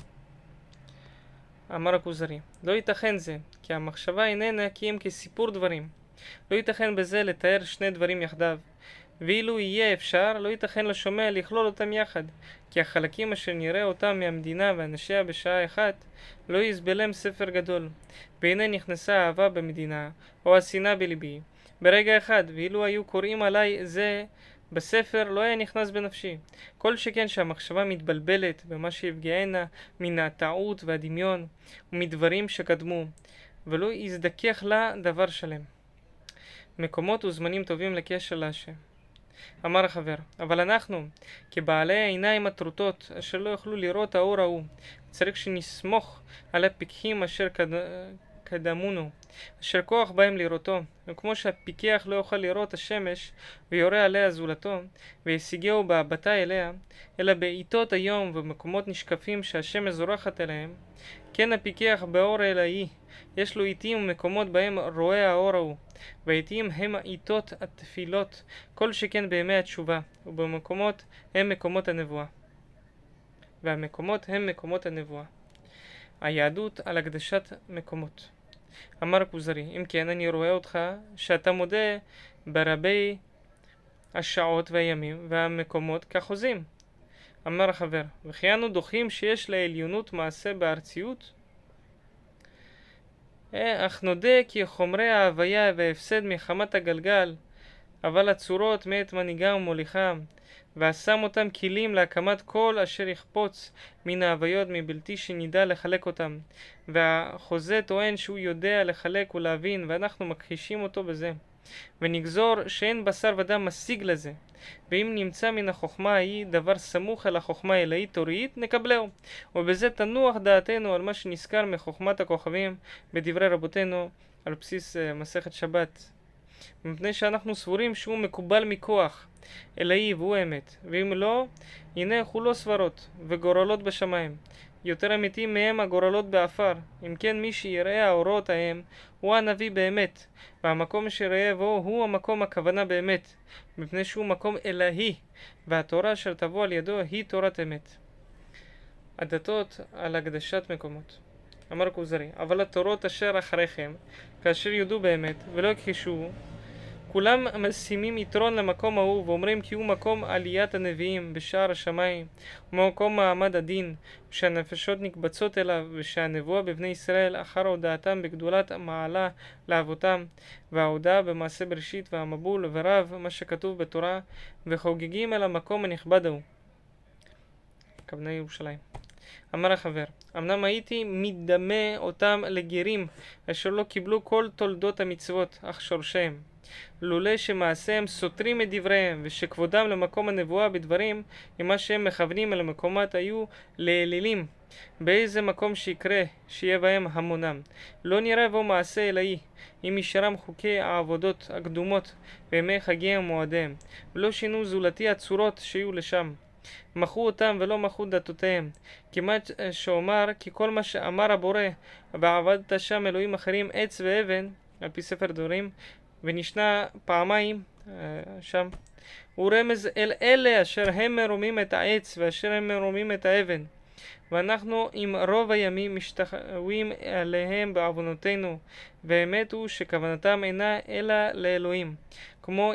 אמר הכוזרי, לא ייתכן זה, כי המחשבה איננה כי הם כסיפור דברים. לא ייתכן בזה לתאר שני דברים יחדיו, ואילו יהיה אפשר, לא ייתכן לשומע לכלול אותם יחד, כי החלקים אשר נראה אותם מהמדינה ואנשיה בשעה אחת, לא יסבלם ספר גדול. והנה נכנסה האהבה במדינה, או השנאה בלבי, ברגע אחד, ואילו היו קוראים עליי זה בספר, לא היה נכנס בנפשי. כל שכן שהמחשבה מתבלבלת במה שיפגענה מן הטעות והדמיון, ומדברים שקדמו, ולא יזדכך לה דבר שלם. מקומות וזמנים טובים לקשר להשם. אמר החבר, אבל אנחנו, כבעלי העיניים הטרוטות, אשר לא יוכלו לראות האור ההוא, צריך שנסמוך על הפיקחים אשר קד... קדמונו, אשר כוח בהם לראותו, וכמו שהפיקח לא יוכל לראות השמש ויורה עליה זולתו, וישיגהו בהבטה אליה, אלא בעיתות היום ובמקומות נשקפים שהשמש זורחת אליהם, כן הפיקח באור אלוהי, יש לו עיתים ומקומות בהם רואה האור ההוא, והעיתים הם העיתות התפילות, כל שכן בימי התשובה, ובמקומות הם מקומות הנבואה. והמקומות הם מקומות הנבואה. היהדות על הקדשת מקומות. אמר כוזרי, אם כן אני רואה אותך שאתה מודה ברבי השעות והימים והמקומות כחוזים. אמר החבר, וכי אנו דוחים שיש לעליונות מעשה בארציות? אך נודה כי חומרי ההוויה וההפסד מחמת הגלגל, אבל הצורות מאת מנהיגם ומוליכם, ושם אותם כלים להקמת כל אשר יחפוץ מן ההוויות מבלתי שנידע לחלק אותם, והחוזה טוען שהוא יודע לחלק ולהבין, ואנחנו מכחישים אותו בזה, ונגזור שאין בשר ודם משיג לזה, ואם נמצא מן החוכמה ההיא דבר סמוך אל החוכמה האלוהית תוריד, נקבלהו, ובזה תנוח דעתנו על מה שנזכר מחוכמת הכוכבים בדברי רבותינו על בסיס uh, מסכת שבת, מפני שאנחנו סבורים שהוא מקובל מכוח אלוהי והוא אמת, ואם לא, הנה כולו סברות וגורלות בשמיים, יותר אמיתיים מהם הגורלות באפר. אם כן מי שיראה האורות ההם הוא הנביא באמת, והמקום שיראה בו הוא המקום הכוונה באמת, מפני שהוא מקום אלוהי, והתורה אשר תבוא על ידו היא תורת אמת. הדתות על הקדשת מקומות. אמר כוזרי, אבל התורות אשר אחריכם, כאשר יודו באמת ולא יכחישו, כולם משימים יתרון למקום ההוא ואומרים כי הוא מקום עליית הנביאים בשער השמיים, ומקום מעמד הדין, שהנפשות נקבצות אליו, ושהנבואה בבני ישראל אחר הודעתם בגדולת המעלה לאבותם, וההודעה במעשה בראשית והמבול ורב מה שכתוב בתורה, וחוגגים אל המקום הנכבד ההוא. כוונה ירושלים. אמר החבר, אמנם הייתי מדמה אותם לגרים אשר לא קיבלו כל תולדות המצוות, אך שורשיהם, לולא שמעשיהם סותרים את דבריהם, ושכבודם למקום הנבואה בדברים עם מה שהם מכוונים אל המקומות היו לאלילים, באיזה מקום שיקרה שיהיה בהם המונם. לא נראה בו מעשה אלוהי, אם ישרם חוקי העבודות הקדומות בימי חגיהם ומועדיהם, ולא שינו זולתי הצורות שיהיו לשם. מחו אותם ולא מחו דתותיהם, כמעט שאומר כי כל מה שאמר הבורא ועבדת שם אלוהים אחרים עץ ואבן, על פי ספר דברים, ונשנה פעמיים שם, הוא רמז אל אלה אשר הם מרומים את העץ ואשר הם מרומים את האבן, ואנחנו עם רוב הימים משתחווים עליהם בעוונותינו, והאמת הוא שכוונתם אינה אלא לאלוהים, כמו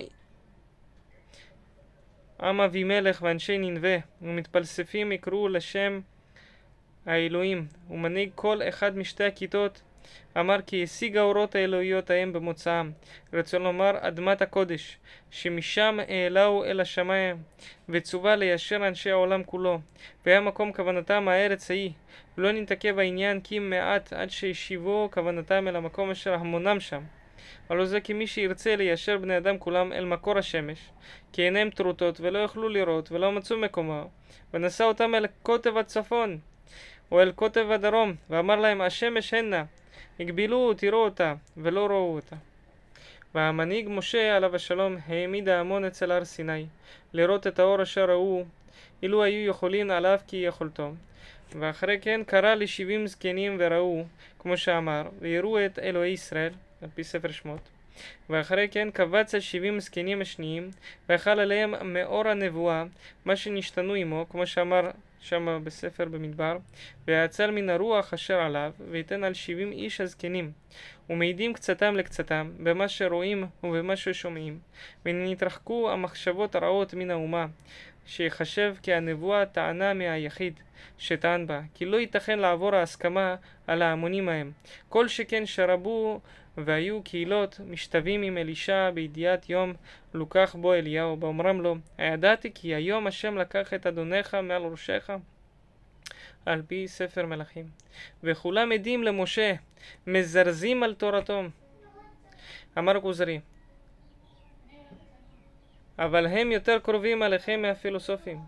עם אבימלך ואנשי נינווה, ומתפלספים יקראו לשם האלוהים, ומנהיג כל אחד משתי הכיתות אמר כי השיג האורות האלוהיות ההם במוצאם, רצון לומר אדמת הקודש, שמשם העלהו אל השמיים, וצווה ליישר אנשי העולם כולו, והיה מקום כוונתם הארץ ההיא, ולא נתעכב העניין כי מעט עד שישיבו כוונתם אל המקום אשר המונם שם. הלא זה כי מי שירצה ליישר בני אדם כולם אל מקור השמש, כי עיניהם טרוטות ולא יכלו לראות ולא מצאו מקומו, ונשא אותם אל קוטב הצפון או אל קוטב הדרום, ואמר להם השמש הנה, הגבילו תראו אותה ולא ראו אותה. והמנהיג משה עליו השלום העמיד ההמון אצל הר סיני לראות את האור אשר ראו, אילו היו יכולים עליו כי יכולתו. ואחרי כן קרא לשבעים זקנים וראו, כמו שאמר, ויראו את אלוהי ישראל, על פי ספר שמות. ואחרי כן קבץ השבעים זקנים השניים, ואכל עליהם מאור הנבואה, מה שנשתנו עמו, כמו שאמר שם בספר במדבר, ויעצל מן הרוח אשר עליו, ויתן על שבעים איש הזקנים, ומעידים קצתם לקצתם, במה שרואים ובמה ששומעים, ונתרחקו המחשבות הרעות מן האומה, שיחשב כי הנבואה טענה מהיחיד שטען בה, כי לא ייתכן לעבור ההסכמה על ההמונים ההם, כל שכן שרבו והיו קהילות משתווים עם אלישע בידיעת יום לוקח בו אליהו, באומרם לו, הידעתי כי היום השם לקח את אדונך מעל ראשך, על פי ספר מלכים. וכולם עדים למשה, מזרזים על תורתו. אמר כוזרי, אבל הם יותר קרובים עליכם מהפילוסופים.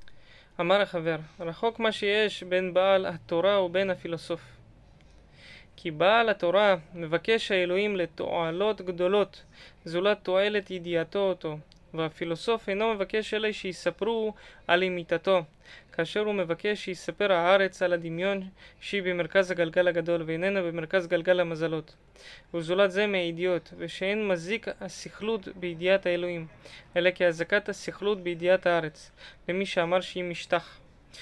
אמר החבר, רחוק מה שיש בין בעל התורה ובין הפילוסוף. כי בעל התורה מבקש האלוהים לתועלות גדולות, זולת תועלת ידיעתו אותו, והפילוסוף אינו מבקש אלא שיספרו על אמיתתו, כאשר הוא מבקש שיספר הארץ על הדמיון שהיא במרכז הגלגל הגדול ואיננה במרכז גלגל המזלות, וזולת זה מהידיעות, ושאין מזיק הסכלות בידיעת האלוהים, אלא כהזקת הסכלות בידיעת הארץ, למי שאמר שהיא משטח.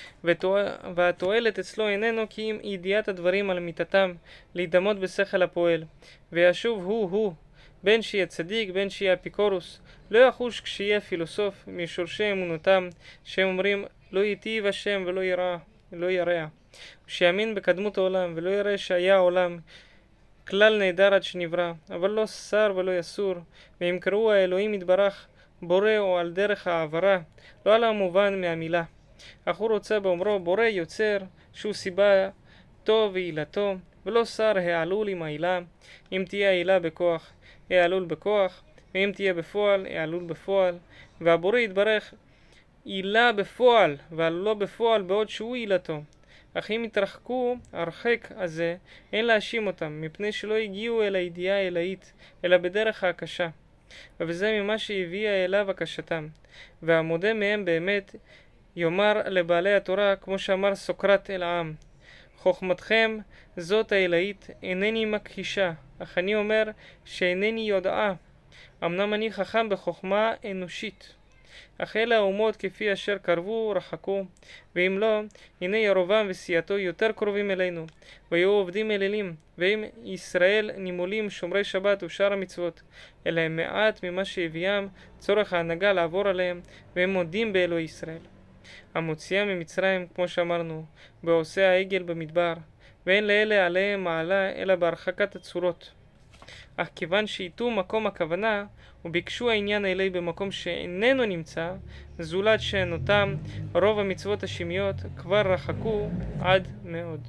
והתועלת אצלו איננו כי אם ידיעת הדברים על אמיתתם, להידמות בשכל הפועל, וישוב הוא הוא, בין שיהיה צדיק בין שיהיה אפיקורוס, לא יחוש כשיהיה פילוסוף משורשי אמונותם, שהם אומרים לא ייטיב השם ולא ירע, לא ירע, שיאמין בקדמות העולם ולא יראה שהיה העולם כלל נהדר עד שנברא, אבל לא שר ולא יסור, ואם קראו האלוהים יתברך בורא או על דרך העברה, לא על המובן מהמילה, אך הוא רוצה באומרו בורא יוצר, שהוא סיבה טוב ועילתו, ולא שר העלול עם העילה, אם תהיה העילה בכוח, העלול בכוח, ואם תהיה בפועל, העלול בפועל, והבורא יתברך עילה בפועל, ועלולו בפועל בעוד שהוא עילתו. אך אם יתרחקו הרחק הזה, אין להאשים אותם, מפני שלא הגיעו אל הידיעה האלוהית, אלא בדרך ההקשה. וזה ממה שהביאה אליו הקשתם. והמודה מהם באמת יאמר לבעלי התורה, כמו שאמר סוקרט אל העם, חוכמתכם זאת האלוהית, אינני מכחישה, אך אני אומר שאינני יודעה. אמנם אני חכם בחוכמה אנושית, אך אלה האומות כפי אשר קרבו רחקו, ואם לא, הנה ירובעם וסיעתו יותר קרובים אלינו, והיו עובדים אלילים, ואם ישראל נימולים שומרי שבת ושאר המצוות, אלא הם מעט ממה שהביאם צורך ההנהגה לעבור עליהם, והם מודים באלוהי ישראל. המוציאה ממצרים, כמו שאמרנו, בעושה העגל במדבר, ואין לאלה עליהם מעלה אלא בהרחקת הצורות. אך כיוון שהיטו מקום הכוונה, וביקשו העניין האלי במקום שאיננו נמצא, זולת שאין אותם, רוב המצוות השמיות כבר רחקו עד מאוד.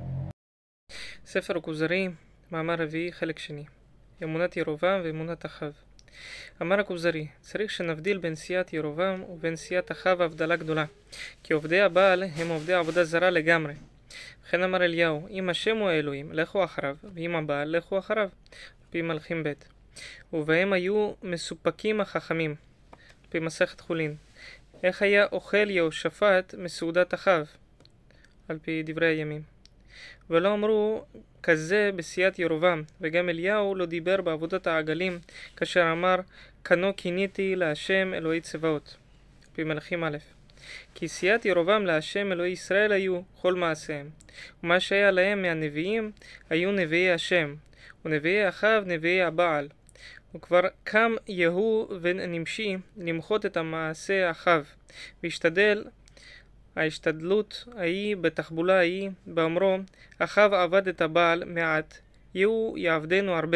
ספר הכוזרי, מאמר רביעי, חלק שני. אמונת ירובעם ואמונת אחאב. אמר הכוזרי, צריך שנבדיל בין סיעת ירובעם ובין סיעת אחאב הבדלה גדולה, כי עובדי הבעל הם עובדי עבודה זרה לגמרי. וכן אמר אליהו, אם השם הוא האלוהים, לכו אחריו, ואם הבעל, לכו אחריו. פי מלכים ב'. ובהם היו מסופקים החכמים. פי מסכת חולין. איך היה אוכל יהושפט מסעודת אחאב? על פי דברי הימים. ולא אמרו כזה בסיעת ירובעם, וגם אליהו לא דיבר בעבודת העגלים, כאשר אמר, כנו כיניתי להשם אלוהי צבאות. פי מלכים א'. כי סיעת ירובעם להשם אלוהי ישראל היו כל מעשיהם, ומה שהיה להם מהנביאים היו נביאי השם, ונביאי אחאב נביאי הבעל. וכבר קם יהוא ונמשי למחות את המעשה אחאב, והשתדל ההשתדלות ההיא בתחבולה ההיא, באמרו, אחאב עבד את הבעל מעט, יהוא יעבדנו הרבה.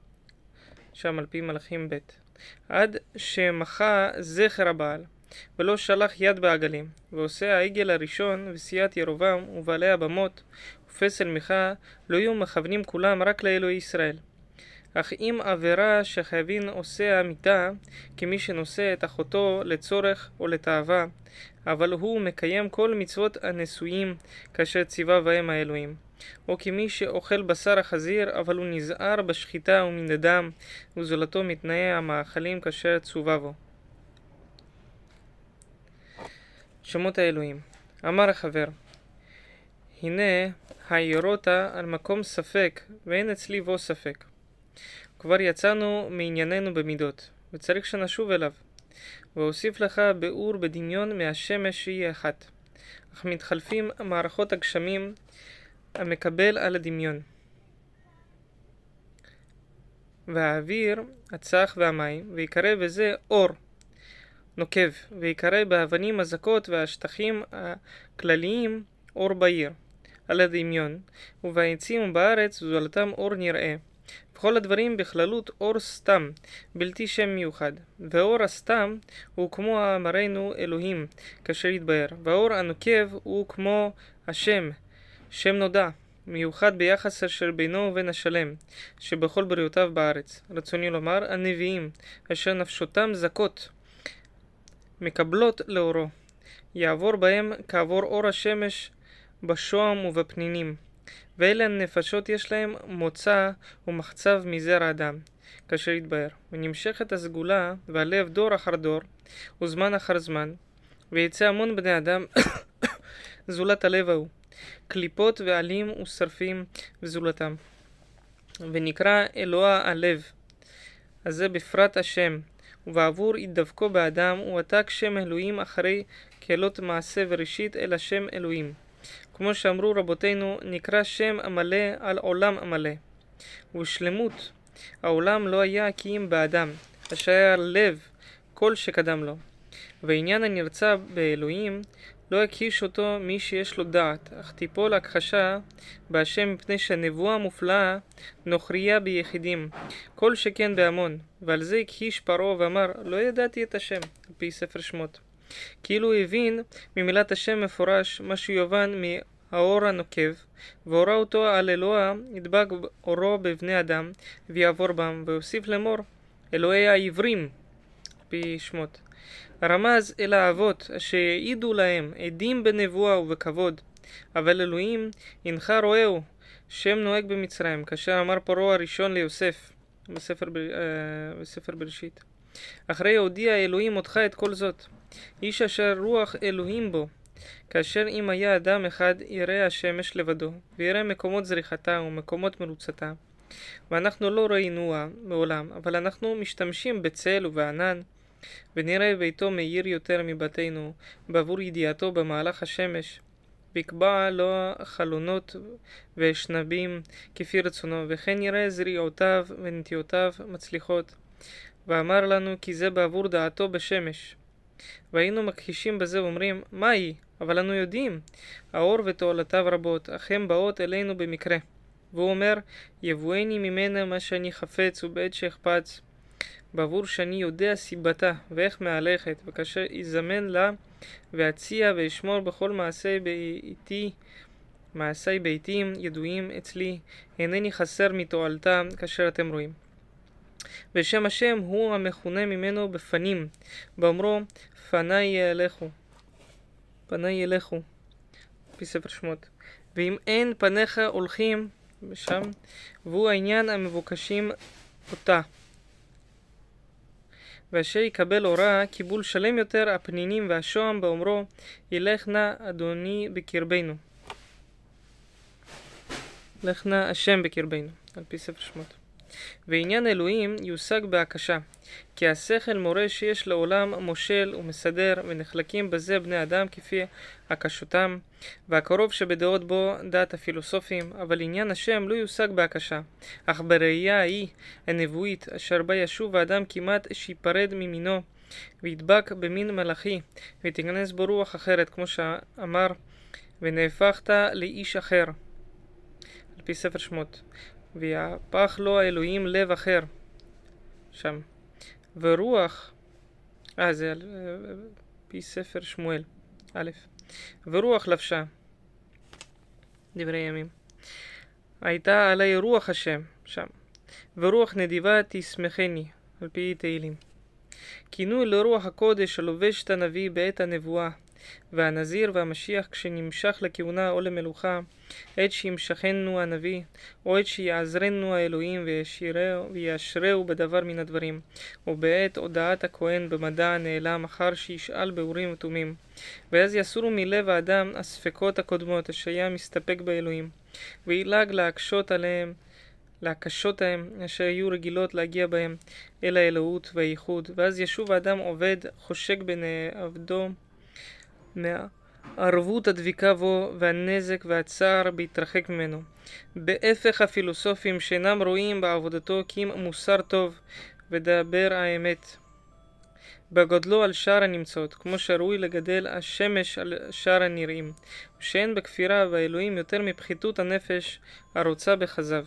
שם על פי מלכים ב'. עד שמחה זכר הבעל, ולא שלח יד בעגלים, ועושה העגל הראשון וסיעת ירובעם ובעלי הבמות ופסל מיכה לא יהיו מכוונים כולם רק לאלוהי ישראל. אך אם עבירה שחייבין עושה המיתה, כמי שנושא את אחותו לצורך או לתאווה, אבל הוא מקיים כל מצוות הנשואים כאשר ציווה בהם האלוהים, או כמי שאוכל בשר החזיר, אבל הוא נזהר בשחיטה ומן הדם, וזולתו מתנאי המאכלים כאשר צווה בו. שמות האלוהים. אמר החבר, הנה העירותה על מקום ספק, ואין אצלי בו ספק. כבר יצאנו מענייננו במידות, וצריך שנשוב אליו. והוסיף לך באור בדמיון מהשמש שהיא אחת. אך מתחלפים מערכות הגשמים המקבל על הדמיון. והאוויר, הצח והמים, ויקרא בזה אור נוקב, ויקרא באבנים הזקות והשטחים הכלליים אור בעיר, על הדמיון, ובעצים ובארץ זולתם אור נראה. וכל הדברים בכללות אור סתם, בלתי שם מיוחד. ואור הסתם הוא כמו אמרנו אלוהים, כאשר יתבהר. והאור הנוקב הוא כמו השם, שם נודע, מיוחד ביחס אשר בינו ובין השלם, שבכל בריאותיו בארץ. רצוני לומר, הנביאים, אשר נפשותם זכות, מקבלות לאורו. יעבור בהם כעבור אור השמש בשוהם ובפנינים. ואלה הנפשות יש להם מוצא ומחצב מזרע אדם, כאשר יתבהר. ונמשכת הסגולה והלב דור אחר דור וזמן אחר זמן, ויצא המון בני אדם זולת הלב ההוא, קליפות ועלים ושרפים וזולתם, ונקרא אלוה הלב, אז זה בפרט השם, ובעבור ידבקו באדם, ועתק שם אלוהים אחרי קהלות מעשה וראשית אל השם אלוהים. כמו שאמרו רבותינו, נקרא שם המלא על עולם המלא. ושלמות העולם לא היה כי אם באדם, אשר היה לב כל שקדם לו. ועניין הנרצה באלוהים לא הכחיש אותו מי שיש לו דעת, אך תיפול הכחשה בהשם מפני שהנבואה המופלאה נוכריה ביחידים, כל שכן בהמון. ועל זה הכחיש פרעה ואמר, לא ידעתי את השם, על פי ספר שמות. כאילו הבין ממילת השם מפורש מה שיובן מהאור הנוקב, והורה אותו על אלוה ידבק אורו בבני אדם ויעבור בם, והוסיף לאמור אלוהי העברים, על פי שמות. רמז אל האבות אשר העידו להם עדים בנבואה ובכבוד, אבל אלוהים הנחה רואהו שם נוהג במצרים, כאשר אמר פרעה הראשון ליוסף בספר, uh, בספר בראשית, אחרי הודיע אלוהים אותך את כל זאת, איש אשר רוח אלוהים בו, כאשר אם היה אדם אחד יראה השמש לבדו, ויראה מקומות זריחתה ומקומות מרוצתה, ואנחנו לא ראינוה מעולם, אבל אנחנו משתמשים בצל ובענן, ונראה ביתו מאיר יותר מבתינו בעבור ידיעתו במהלך השמש, ויקבע לו חלונות ואשנבים כפי רצונו, וכן יראה זריעותיו ונטיותיו מצליחות, ואמר לנו כי זה בעבור דעתו בשמש. והיינו מכחישים בזה ואומרים, מה היא? אבל אנו יודעים, האור ותועלתיו רבות, אך הם באות אלינו במקרה. והוא אומר, יבואני ממנה מה שאני חפץ ובעת שאכפץ, בעבור שאני יודע סיבתה ואיך מהלכת, וכאשר יזמן לה ואציע ואשמור בכל מעשי ביתי, מעשי ביתים ידועים אצלי, אינני חסר מתועלתה כאשר אתם רואים. ושם השם הוא המכונה ממנו בפנים, באומרו פניי ילכו, פניי ילכו, לפי ספר שמות. ואם אין פניך הולכים שם, והוא העניין המבוקשים אותה. ואשר יקבל אורה קיבול שלם יותר הפנינים והשוהם, באומרו ילך נא אדוני בקרבנו, לך נא השם בקרבנו, על פי ספר שמות. ועניין אלוהים יושג בהקשה, כי השכל מורה שיש לעולם מושל ומסדר, ונחלקים בזה בני אדם כפי הקשותם, והקרוב שבדעות בו דעת הפילוסופים, אבל עניין השם לא יושג בהקשה, אך בראייה ההיא הנבואית, אשר בה ישוב האדם כמעט שיפרד ממינו, וידבק במין מלאכי, ותיכנס בו רוח אחרת, כמו שאמר, ונהפכת לאיש אחר, על פי ספר שמות. ויהפך לו האלוהים לב אחר שם, ורוח אה זה על פי ספר שמואל א', ורוח לבשה, דברי ימים, הייתה עלי רוח השם שם, ורוח נדיבה תשמחני, על פי תהילים. כינוי לרוח הקודש הלובש את הנביא בעת הנבואה, והנזיר והמשיח כשנמשך לכהונה או למלוכה, עת שימשכנו הנביא, או עת שיעזרנו האלוהים וישרהו בדבר מן הדברים, ובעת הודעת הכהן במדע הנעלם אחר שישאל באורים ותומים. ואז יסורו מלב האדם הספקות הקודמות אשר היה מסתפק באלוהים, וילג להקשות עליהם להקשות ההם אשר היו רגילות להגיע בהם אל האלוהות והייחוד. ואז ישוב האדם עובד חושק בני עבדו מהערבות הדביקה בו, והנזק והצער בהתרחק ממנו. בהפך הפילוסופים שאינם רואים בעבודתו כי אם מוסר טוב ודבר האמת בגודלו על שאר הנמצאות, כמו שראוי לגדל השמש על שאר הנראים, ושאין בכפירה באלוהים יותר מפחיתות הנפש הרוצה בחזב.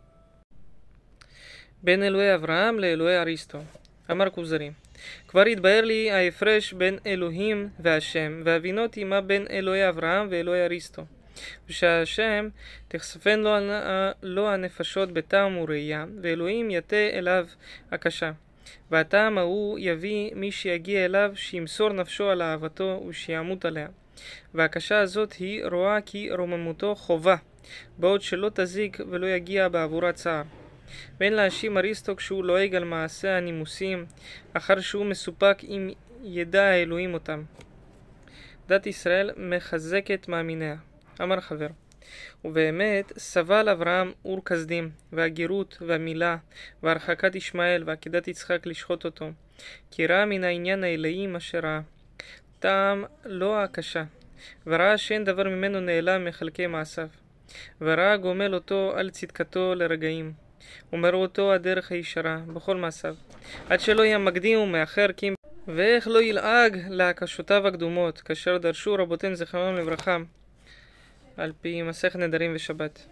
בין אלוהי אברהם לאלוהי אריסטו. אמר כוזרי, כבר התבהר לי ההפרש בין אלוהים והשם, והבינותי מה בין אלוהי אברהם ואלוהי אריסטו, ושהשם תחשפן לו, לו הנפשות בטעם וראייה, ואלוהים יתה אליו הקשה, והטעם ההוא יביא מי שיגיע אליו שימסור נפשו על אהבתו ושיעמות עליה. והקשה הזאת היא רואה כי רוממותו חובה, בעוד שלא תזיק ולא יגיע בעבורה צער. ואין להאשים אריסטו כשהוא לועג על מעשה הנימוסים, אחר שהוא מסופק אם ידע האלוהים אותם. דת ישראל מחזקת מאמיניה. אמר חבר, ובאמת סבל אברהם אור כסדים, והגירות והמילה, והרחקת ישמעאל ועקדת יצחק לשחוט אותו, כי ראה מן העניין האלוהי מה שראה, טעם לא הקשה, וראה שאין דבר ממנו נעלם מחלקי מעשיו, וראה גומל אותו על צדקתו לרגעים, ומראו אותו הדרך הישרה בכל מעשיו, עד שלא יהיה מקדים ומאחר, כי ואיך לא ילעג להקשותיו הקדומות, כאשר דרשו רבותינו זכרונם לברכה, על פי מסכת נדרים ושבת.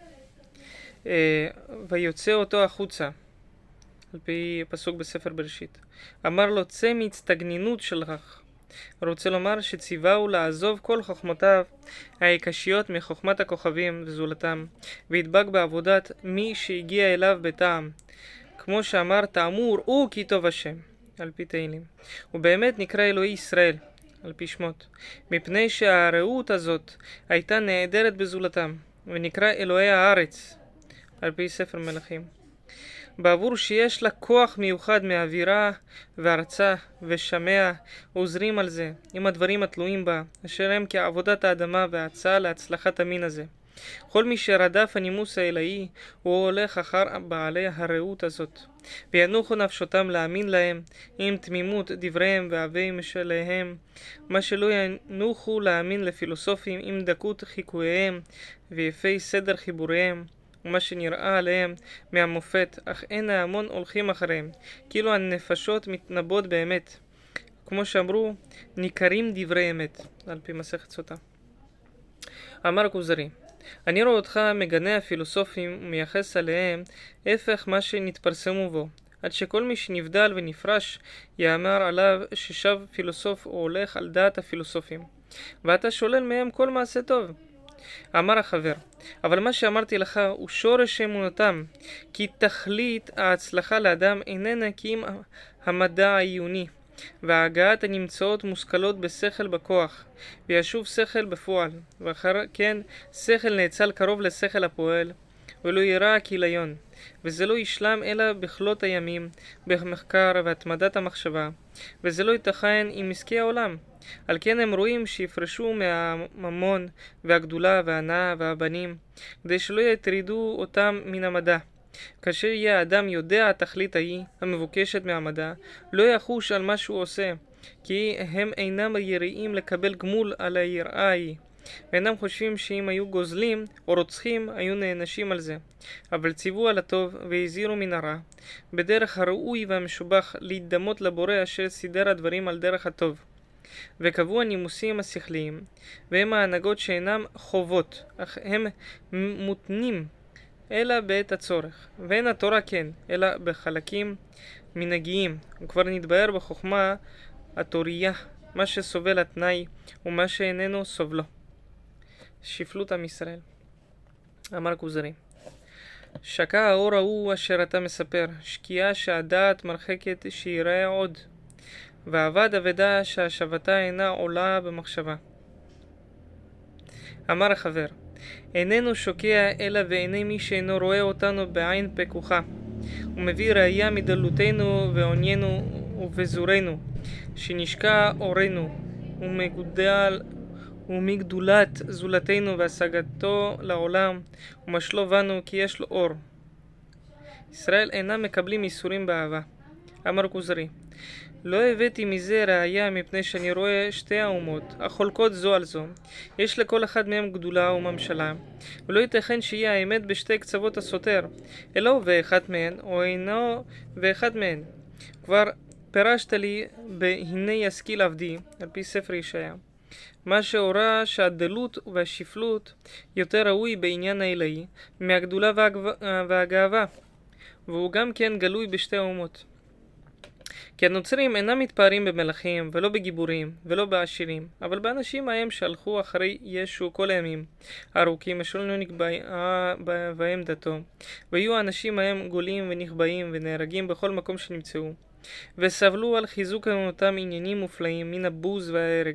ויוצא אותו החוצה, על פי פסוק בספר בראשית. אמר לו, צא מהצטגנינות שלך. רוצה לומר שציווהו לעזוב כל חוכמותיו העיקשיות מחוכמת הכוכבים וזולתם, והדבק בעבודת מי שהגיע אליו בטעם, כמו שאמר, טעמו וראו כי טוב השם, על פי תהילים. ובאמת נקרא אלוהי ישראל, על פי שמות, מפני שהרעות הזאת הייתה נעדרת בזולתם, ונקרא אלוהי הארץ, על פי ספר מלכים. בעבור שיש לה כוח מיוחד מאווירה וארצה ושמע, עוזרים על זה, עם הדברים התלויים בה, אשר הם כעבודת האדמה וההצעה להצלחת המין הזה. כל מי שרדף הנימוס האלוהי, הוא הולך אחר בעלי הרעות הזאת, וינוחו נפשותם להאמין להם, עם תמימות דבריהם ואהבי משליהם, מה שלא ינוחו להאמין לפילוסופים עם דקות חיקוייהם ויפי סדר חיבוריהם, ומה שנראה עליהם מהמופת, אך אין ההמון הולכים אחריהם, כאילו הנפשות מתנבאות באמת, כמו שאמרו, ניכרים דברי אמת, על פי מסכת סוטה. אמר כוזרי, אני רואה אותך מגנה הפילוסופים ומייחס עליהם הפך מה שנתפרסמו בו, עד שכל מי שנבדל ונפרש יאמר עליו ששב פילוסוף או הולך על דעת הפילוסופים, ואתה שולל מהם כל מעשה טוב. אמר החבר, אבל מה שאמרתי לך הוא שורש אמונתם, כי תכלית ההצלחה לאדם איננה כי אם המדע העיוני, וההגעת הנמצאות מושכלות בשכל בכוח, וישוב שכל בפועל, ואחר כן שכל נאצל קרוב לשכל הפועל, ולא יראה הכיליון, וזה לא ישלם אלא בכלות הימים, במחקר והתמדת המחשבה, וזה לא ייתכן עם עסקי העולם. על כן הם רואים שיפרשו מהממון והגדולה וההנאה והבנים, כדי שלא יטרידו אותם מן המדע. כאשר יהיה האדם יודע התכלית ההיא המבוקשת מהמדע, לא יחוש על מה שהוא עושה, כי הם אינם יראים לקבל גמול על היראה ההיא, ואינם חושבים שאם היו גוזלים או רוצחים היו נענשים על זה, אבל ציוו על הטוב והזהירו מן הרע, בדרך הראוי והמשובח להתדמות לבורא אשר סידר הדברים על דרך הטוב. וקבעו הנימוסים השכליים, והם ההנהגות שאינם חובות, אך הם מותנים אלא בעת הצורך, ואין התורה כן, אלא בחלקים מנהגיים, וכבר נתבהר בחוכמה התוריה, מה שסובל התנאי ומה שאיננו סובלו. שפלות עם ישראל. אמר כוזרי, שקע האור ההוא אשר אתה מספר, שקיעה שהדעת מרחקת שיראה עוד, ועבד אבדה שהשבתה אינה עולה במחשבה. אמר החבר, איננו שוקע אלא בעיני מי שאינו רואה אותנו בעין פקוחה, ומביא ראייה מדלותנו ועוניינו ובזורנו, שנשקע אורנו ומגודל ומגדולת זולתנו והשגתו לעולם, ומשלו בנו כי יש לו אור. ישראל אינם מקבלים איסורים באהבה. אמר כוזרי, לא הבאתי מזה ראייה מפני שאני רואה שתי האומות החולקות זו על זו, יש לכל אחד מהם גדולה וממשלה, ולא ייתכן שיהיה האמת בשתי קצוות הסותר, אלא הוא ואחת מהן או אינו ואחת מהן. כבר פירשת לי בהנה ישכיל עבדי, על פי ספר ישעיה, מה שהורה שהדלות והשפלות יותר ראוי בעניין האלוהי מהגדולה והגאווה, והוא גם כן גלוי בשתי האומות. כי הנוצרים אינם מתפארים במלכים ולא בגיבורים ולא בעשירים, אבל באנשים ההם שהלכו אחרי ישו כל הימים ארוכים אשר לא נקבעה בהם דתו, והיו האנשים ההם גולים ונכבאים ונהרגים בכל מקום שנמצאו, וסבלו על חיזוק אמונתם עניינים מופלאים מן הבוז וההרג,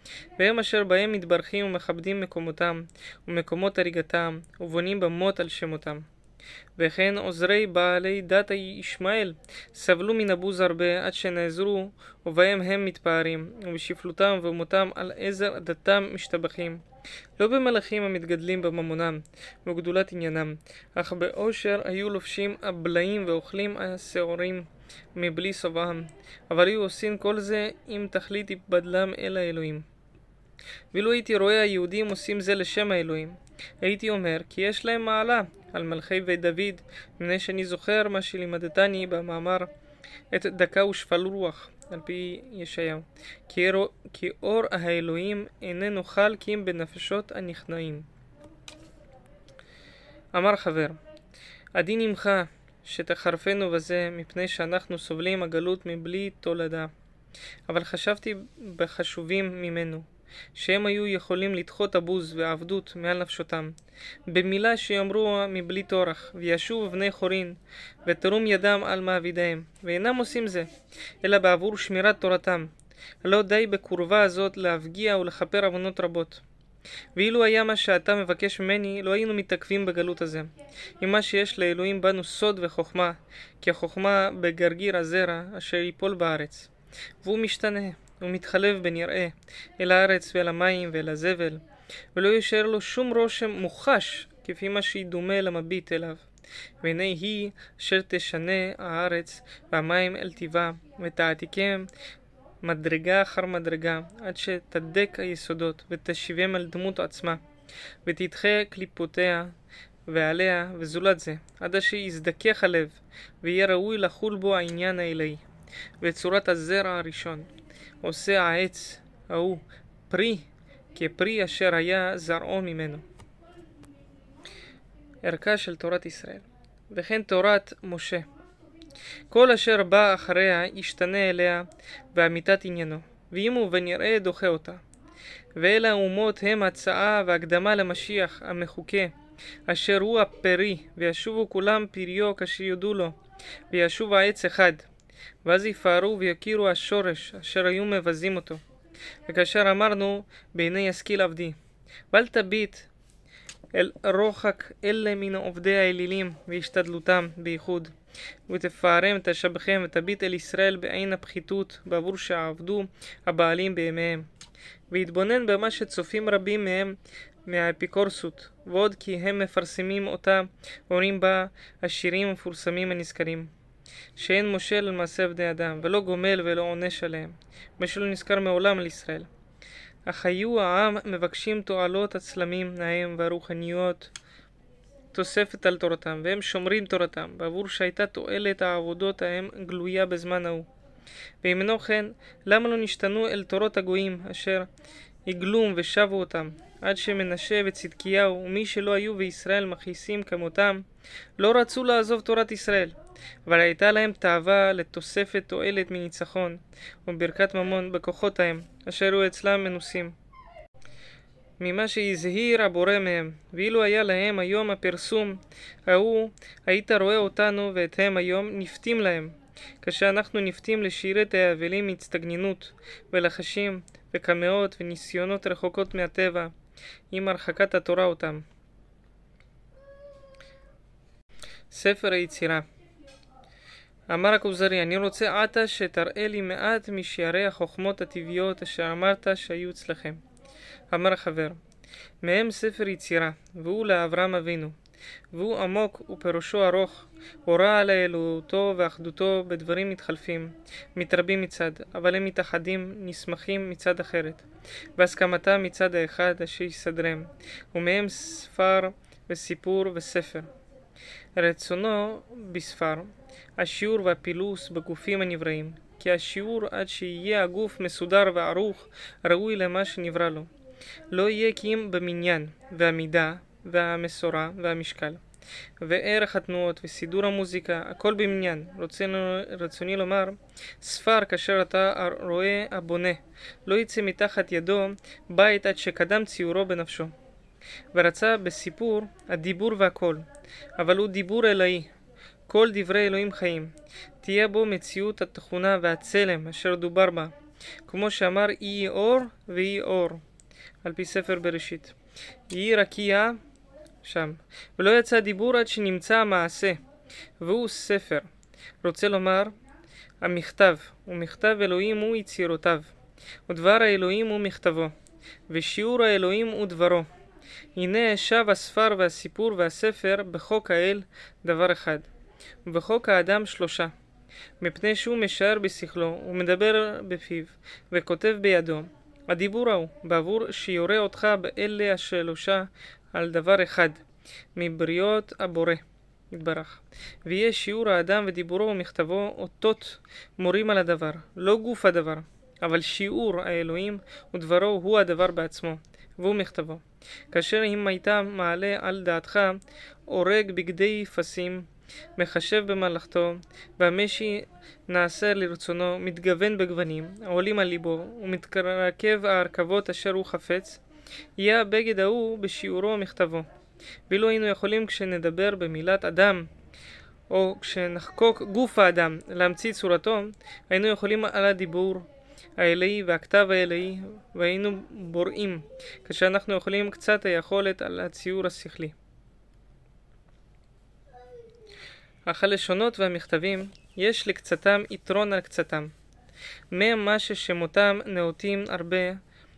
והם אשר בהם מתברכים ומכבדים מקומותם, ומקומות הריגתם, ובונים במות על שמותם. וכן עוזרי בעלי דת ישמעאל סבלו מן הבוז הרבה עד שנעזרו, ובהם הם מתפארים, ובשפלותם ומותם על עזר דתם משתבחים. לא במלאכים המתגדלים בממונם וגדולת עניינם, אך באושר היו לובשים הבלעים ואוכלים השעורים מבלי שובעם, אבל היו עושים כל זה אם תכלית יבדלם אל האלוהים. ואילו הייתי רואה היהודים עושים זה לשם האלוהים, הייתי אומר כי יש להם מעלה על מלכי בית דוד, מפני שאני זוכר מה שלימדתני במאמר את דקה ושפל רוח, על פי ישעיהו, כי, כי אור האלוהים איננו חל כי אם בנפשות הנכנעים. אמר חבר, הדין עמך שתחרפנו בזה, מפני שאנחנו סובלים הגלות מבלי תולדה. אבל חשבתי בחשובים ממנו, שהם היו יכולים לדחות הבוז והעבדות מעל נפשותם, במילה שיאמרו מבלי תורח, וישוב בני חורין, ותרום ידם על מעבידיהם, ואינם עושים זה, אלא בעבור שמירת תורתם. לא די בקורבה הזאת להפגיע ולכפר עוונות רבות. ואילו היה מה שאתה מבקש ממני, לא היינו מתעכבים בגלות הזה. עם מה שיש לאלוהים בנו סוד וחוכמה, כי החוכמה בגרגיר הזרע אשר ייפול בארץ. והוא משתנה, הוא מתחלף בנראה, אל הארץ ואל המים ואל הזבל, ולא יישאר לו שום רושם מוחש, כפי מה שידומה למביט אליו. והנה היא אשר תשנה הארץ והמים אל טבעה, ותעתיקם מדרגה אחר מדרגה, עד שתדק היסודות, ותשיבם על דמות עצמה, ותדחה קליפותיה ועליה וזולת זה, עד אשר יזדכך הלב, ויהיה ראוי לחול בו העניין האלוהי. וצורת הזרע הראשון עושה העץ ההוא פרי כפרי אשר היה זרעו ממנו. ערכה של תורת ישראל. וכן תורת משה, כל אשר בא אחריה ישתנה אליה באמיתת עניינו, ואם הוא ונראה דוחה אותה. ואלה האומות הם הצעה והקדמה למשיח המחוקה, אשר הוא הפרי, וישובו כולם פריו כאשר יודו לו, וישוב העץ אחד. ואז יפארו ויכירו השורש אשר היו מבזים אותו. וכאשר אמרנו בעיני ישכיל עבדי, ואל תביט אל רוחק אלה מן עובדי האלילים והשתדלותם בייחוד, ותפארם תשבחם ותביט אל ישראל בעין הפחיתות בעבור שעבדו הבעלים בימיהם, והתבונן במה שצופים רבים מהם מהאפיקורסות, ועוד כי הם מפרסמים אותה, אומרים בה השירים המפורסמים הנזכרים, שאין מושל על מעשה בני אדם, ולא גומל ולא עונש עליהם, משלא נזכר מעולם על ישראל. אך היו העם מבקשים תועלות הצלמים נהם והרוחניות תוספת על תורתם, והם שומרים תורתם, בעבור שהייתה תועלת העבודות ההם גלויה בזמן ההוא. ואם אינו כן, למה לא נשתנו אל תורות הגויים, אשר הגלום ושבו אותם, עד שמנשה וצדקיהו ומי שלא היו בישראל מכעיסים כמותם, לא רצו לעזוב תורת ישראל, אבל הייתה להם תאווה לתוספת תועלת מניצחון וברכת ממון בכוחות ההם, אשר היו אצלם מנוסים. ממה שהזהיר הבורא מהם, ואילו היה להם היום הפרסום ההוא, היית רואה אותנו ואתם היום נפתים להם, כשאנחנו נפתים לשירת האבלים מהצטגנינות ולחשים וקמאות וניסיונות רחוקות מהטבע, עם הרחקת התורה אותם. ספר היצירה. אמר הכוזרי, אני רוצה עתה שתראה לי מעט משערי החוכמות הטבעיות אשר אמרת שהיו אצלכם. אמר החבר, מהם ספר יצירה, והוא לאברהם אבינו, והוא עמוק ופירושו ארוך, הורה על אלוהותו ואחדותו בדברים מתחלפים, מתרבים מצד, אבל הם מתאחדים, נסמכים מצד אחרת, והסכמתם מצד האחד אשר יסדרם, ומהם ספר וסיפור וספר. רצונו בספר, השיעור והפילוס בגופים הנבראים, כי השיעור עד שיהיה הגוף מסודר וערוך, ראוי למה שנברא לו. לא יהיה כי אם במניין, והמידה, והמסורה, והמשקל, וערך התנועות, וסידור המוזיקה, הכל במניין. רצוני, רצוני לומר, ספר כאשר אתה רואה הבונה, לא יצא מתחת ידו בית עד שקדם ציורו בנפשו. ורצה בסיפור הדיבור והכל, אבל הוא דיבור אלוהי, כל דברי אלוהים חיים. תהיה בו מציאות התכונה והצלם אשר דובר בה, כמו שאמר יהי אור ויהי אור, על פי ספר בראשית. יהי רקיע שם. ולא יצא דיבור עד שנמצא המעשה, והוא ספר. רוצה לומר, המכתב, ומכתב אלוהים הוא יצירותיו, ודבר האלוהים הוא מכתבו, ושיעור האלוהים הוא דברו. הנה שב הספר והסיפור והספר בחוק האל דבר אחד, ובחוק האדם שלושה, מפני שהוא משער בשכלו ומדבר בפיו וכותב בידו. הדיבור ההוא בעבור שיורה אותך באלה השלושה על דבר אחד מבריות הבורא יתברך. ויהיה שיעור האדם ודיבורו ומכתבו אותות מורים על הדבר, לא גוף הדבר, אבל שיעור האלוהים ודברו הוא הדבר בעצמו, והוא מכתבו. כאשר אם הייתה מעלה על דעתך אורג בגדי פסים, מחשב במלאכתו, והמשי נעשה לרצונו, מתגוון בגוונים, עולים על ליבו, ומתרכב ההרכבות אשר הוא חפץ, יהיה הבגד ההוא בשיעורו ומכתבו. ואילו היינו יכולים כשנדבר במילת אדם, או כשנחקוק גוף האדם להמציא צורתו, היינו יכולים על הדיבור האלוהי והכתב האלוהי, והיינו בוראים, כשאנחנו יכולים קצת היכולת על הציור השכלי. אך הלשונות והמכתבים יש לקצתם יתרון על קצתם. מהם מה ששמותם נאותים הרבה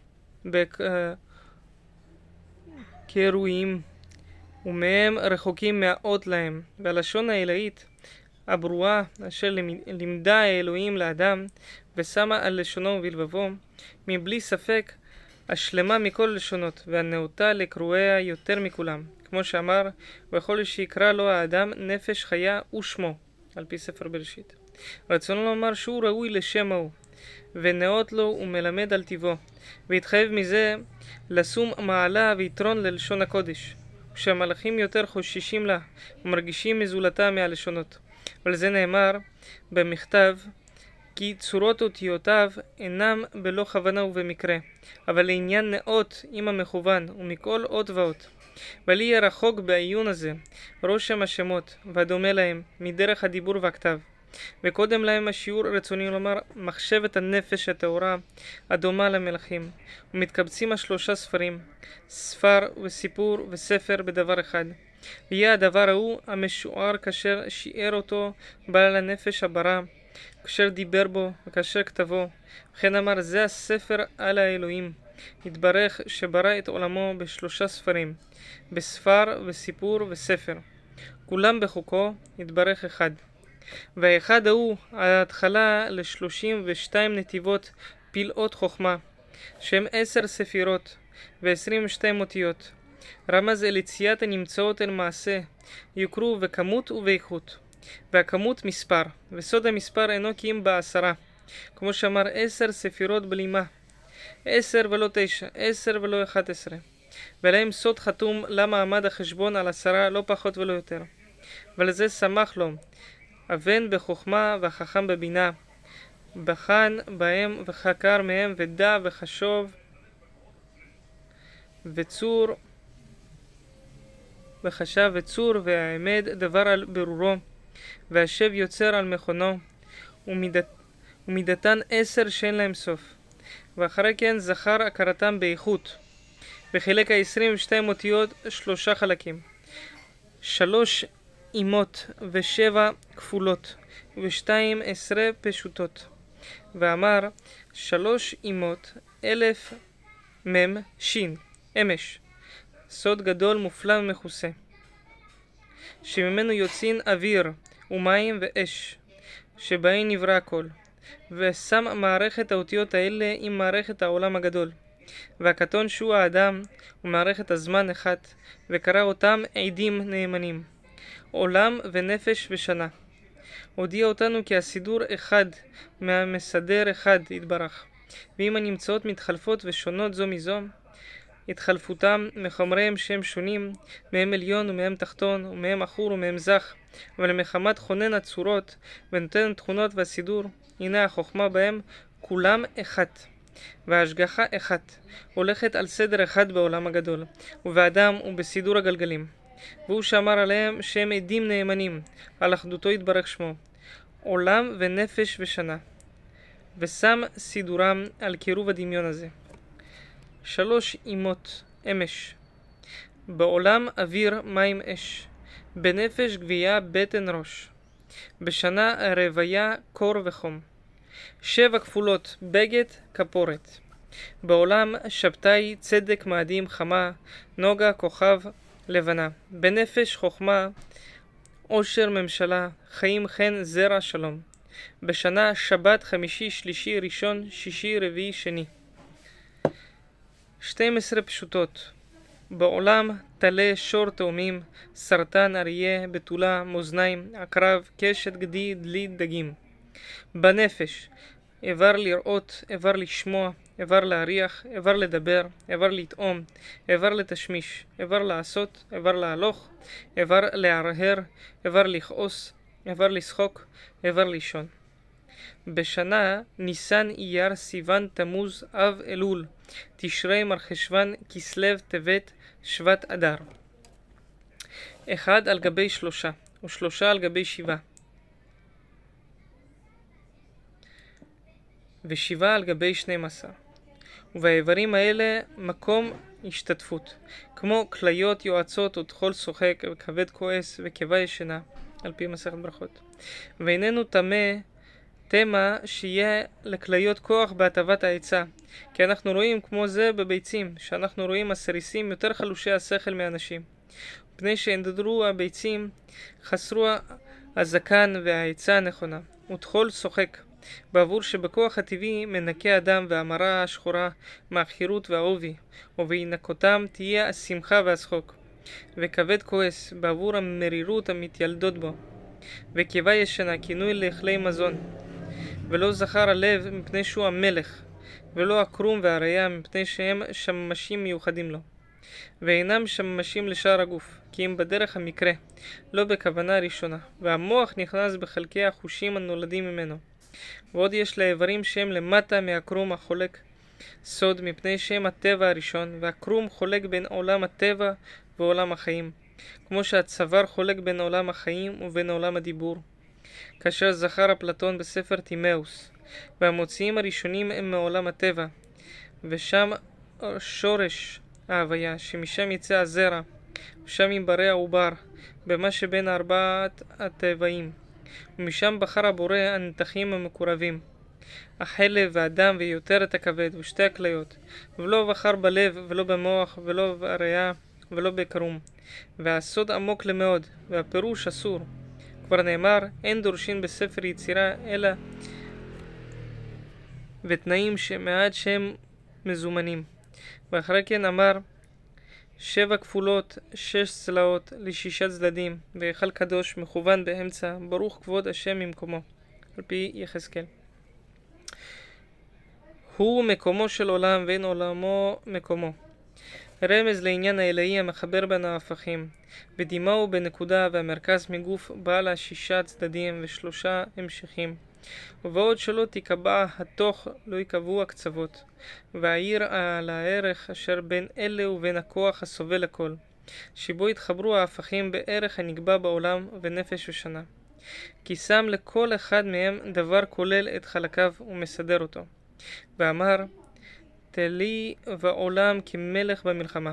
בקרויים, ומהם רחוקים מאוד להם. והלשון האלוהית הברורה אשר לימדה האלוהים לאדם ושמה על לשונו ובלבבו, מבלי ספק השלמה מכל לשונות והנאותה לקרואיה יותר מכולם, כמו שאמר, וכל שיקרא לו האדם נפש חיה ושמו, על פי ספר בראשית. רצונו לומר שהוא ראוי לשם ההוא, ונאות לו ומלמד על טיבו, והתחייב מזה לשום מעלה ויתרון ללשון הקודש, שהמלאכים יותר חוששים לה ומרגישים מזולתה מהלשונות. ועל זה נאמר במכתב, כי צורות אותיותיו אינם בלא כוונה ובמקרה, אבל לעניין נאות עם המכוון ומכל אות ואות. ולי יהיה רחוק בעיון הזה רושם השמות והדומה להם מדרך הדיבור והכתב, וקודם להם השיעור רצוני לומר מחשבת הנפש הטהורה הדומה למלכים, ומתקבצים השלושה ספרים, ספר וסיפור וספר בדבר אחד. ויהיה הדבר ההוא המשוער כאשר שיער אותו בעל הנפש הברא, כאשר דיבר בו וכאשר כתבו, וכן אמר זה הספר על האלוהים יתברך שברא את עולמו בשלושה ספרים, בספר וסיפור וספר, כולם בחוקו יתברך אחד. והאחד ההוא ההתחלה לשלושים ושתיים נתיבות פלאות חוכמה, שהם עשר ספירות ועשרים ושתיים אותיות, רמז אל יציאת הנמצאות אל מעשה, יוקרו בכמות ובאיכות, והכמות מספר, וסוד המספר אינו כי אם בעשרה, כמו שאמר עשר ספירות בלימה, עשר ולא תשע, עשר ולא אחת עשרה, ולהם סוד חתום למה עמד החשבון על עשרה לא פחות ולא יותר. ולזה שמח לו אבן בחוכמה והחכם בבינה, בחן בהם וחקר מהם ודע וחשוב וצור וחשב וצור והעמד דבר על ברורו, והשב יוצר על מכונו, ומידת, ומידתן עשר שאין להם סוף. ואחרי כן זכר הכרתם באיכות, וחילק ה-עשרים ושתיים אותיות שלושה חלקים, שלוש אימות ושבע כפולות ושתיים עשרה פשוטות, ואמר שלוש אימות אלף מם שין אמש, סוד גדול מופלא ומכוסה, שממנו יוצאים אוויר ומים ואש, שבהן נברא הכל, ושם מערכת האותיות האלה עם מערכת העולם הגדול, והקטון שהוא האדם ומערכת הזמן אחת, וקרא אותם עדים נאמנים, עולם ונפש ושנה. הודיע אותנו כי הסידור אחד מהמסדר אחד יתברך, ואם הנמצאות מתחלפות ושונות זו מזו, התחלפותם מחומריהם שהם שונים, מהם עליון ומהם תחתון, ומהם אחור ומהם זך, אבל מחמת חונן הצורות ונותן תכונות והסידור, הנה החוכמה בהם כולם אחת, וההשגחה אחת, הולכת על סדר אחד בעולם הגדול, ובאדם ובסידור הגלגלים. והוא שאמר עליהם שהם עדים נאמנים, על אחדותו יתברך שמו, עולם ונפש ושנה. ושם סידורם על קירוב הדמיון הזה. שלוש אמות אמש, בעולם אוויר מים אש, בנפש גבייה בטן ראש, בשנה רוויה קור וחום, שבע כפולות בגד כפורת, בעולם שבתאי צדק מאדים חמה, נוגה כוכב לבנה, בנפש חוכמה עושר ממשלה, חיים חן זרע שלום, בשנה שבת חמישי שלישי ראשון שישי רביעי שני. שתים עשרה פשוטות, בעולם טלה שור תאומים, סרטן אריה בתולה מאזניים עקרב קשת גדי דלי דגים, בנפש איבר לראות, איבר לשמוע, איבר להריח, איבר לדבר, איבר לטעום, איבר לתשמיש, איבר לעשות, איבר להלוך, איבר להרהר, איבר לכעוס, איבר לשחוק, איבר לישון. בשנה ניסן אייר סיוון תמוז אב אלול תשרי מרחשוון כסלו טבת שבט אדר, אחד על גבי שלושה ושלושה על גבי שבעה ושבעה על גבי שנים עשר, ובאיברים האלה מקום השתתפות, כמו כליות יועצות וטחול שוחק וכבד כועס וקיבה ישנה, על פי מסכת ברכות. ואיננו טמא תמה שיהיה לכליות כוח בהטבת העצה, כי אנחנו רואים כמו זה בביצים, שאנחנו רואים הסריסים יותר חלושי השכל מאנשים, פני שהנדדרו הביצים חסרו הזקן והעצה הנכונה, וטחול שוחק בעבור שבכוח הטבעי מנקה אדם והמרה השחורה מהחירות והעובי, ובהינקותם תהיה השמחה והשחוק, וכבד כועס בעבור המרירות המתיילדות בו, וקיבה ישנה כינוי לאכלי מזון, ולא זכר הלב מפני שהוא המלך, ולא הקרום והראיה מפני שהם שממשים מיוחדים לו, ואינם שממשים לשאר הגוף, כי הם בדרך המקרה, לא בכוונה ראשונה, והמוח נכנס בחלקי החושים הנולדים ממנו. ועוד יש לאיברים שהם למטה מהקרום החולק סוד, מפני שהם הטבע הראשון, והקרום חולק בין עולם הטבע ועולם החיים, כמו שהצוואר חולק בין עולם החיים ובין עולם הדיבור, כאשר זכר אפלטון בספר טימאוס, והמוציאים הראשונים הם מעולם הטבע, ושם שורש ההוויה, שמשם יצא הזרע, ושם יברא העובר, במה שבין ארבעת הטבעים, ומשם בחר הבורא הנתחים המקורבים, החלב והדם ויותרת הכבד ושתי הכליות, ולא בחר בלב ולא במוח ולא בריאה ולא בקרום, והסוד עמוק למאוד, והפירוש אסור. כבר נאמר, אין דורשים בספר יצירה אלא ותנאים שמעט שהם מזומנים. ואחרי כן אמר, שבע כפולות, שש צלעות לשישה צדדים, והיכל קדוש מכוון באמצע, ברוך כבוד השם ממקומו, על פי יחזקאל. הוא מקומו של עולם ואין עולמו מקומו. רמז לעניין האלוהי המחבר בין ההפכים, בדימהו בנקודה והמרכז מגוף בעל השישה צדדים ושלושה המשכים, ובעוד שלא תיקבע התוך לא יקבעו הקצוות, והעיר על הערך אשר בין אלה ובין הכוח הסובל הכל, שבו יתחברו ההפכים בערך הנקבע בעולם ונפש ושנה, כי שם לכל אחד מהם דבר כולל את חלקיו ומסדר אותו, ואמר, תלי ועולם כמלך במלחמה.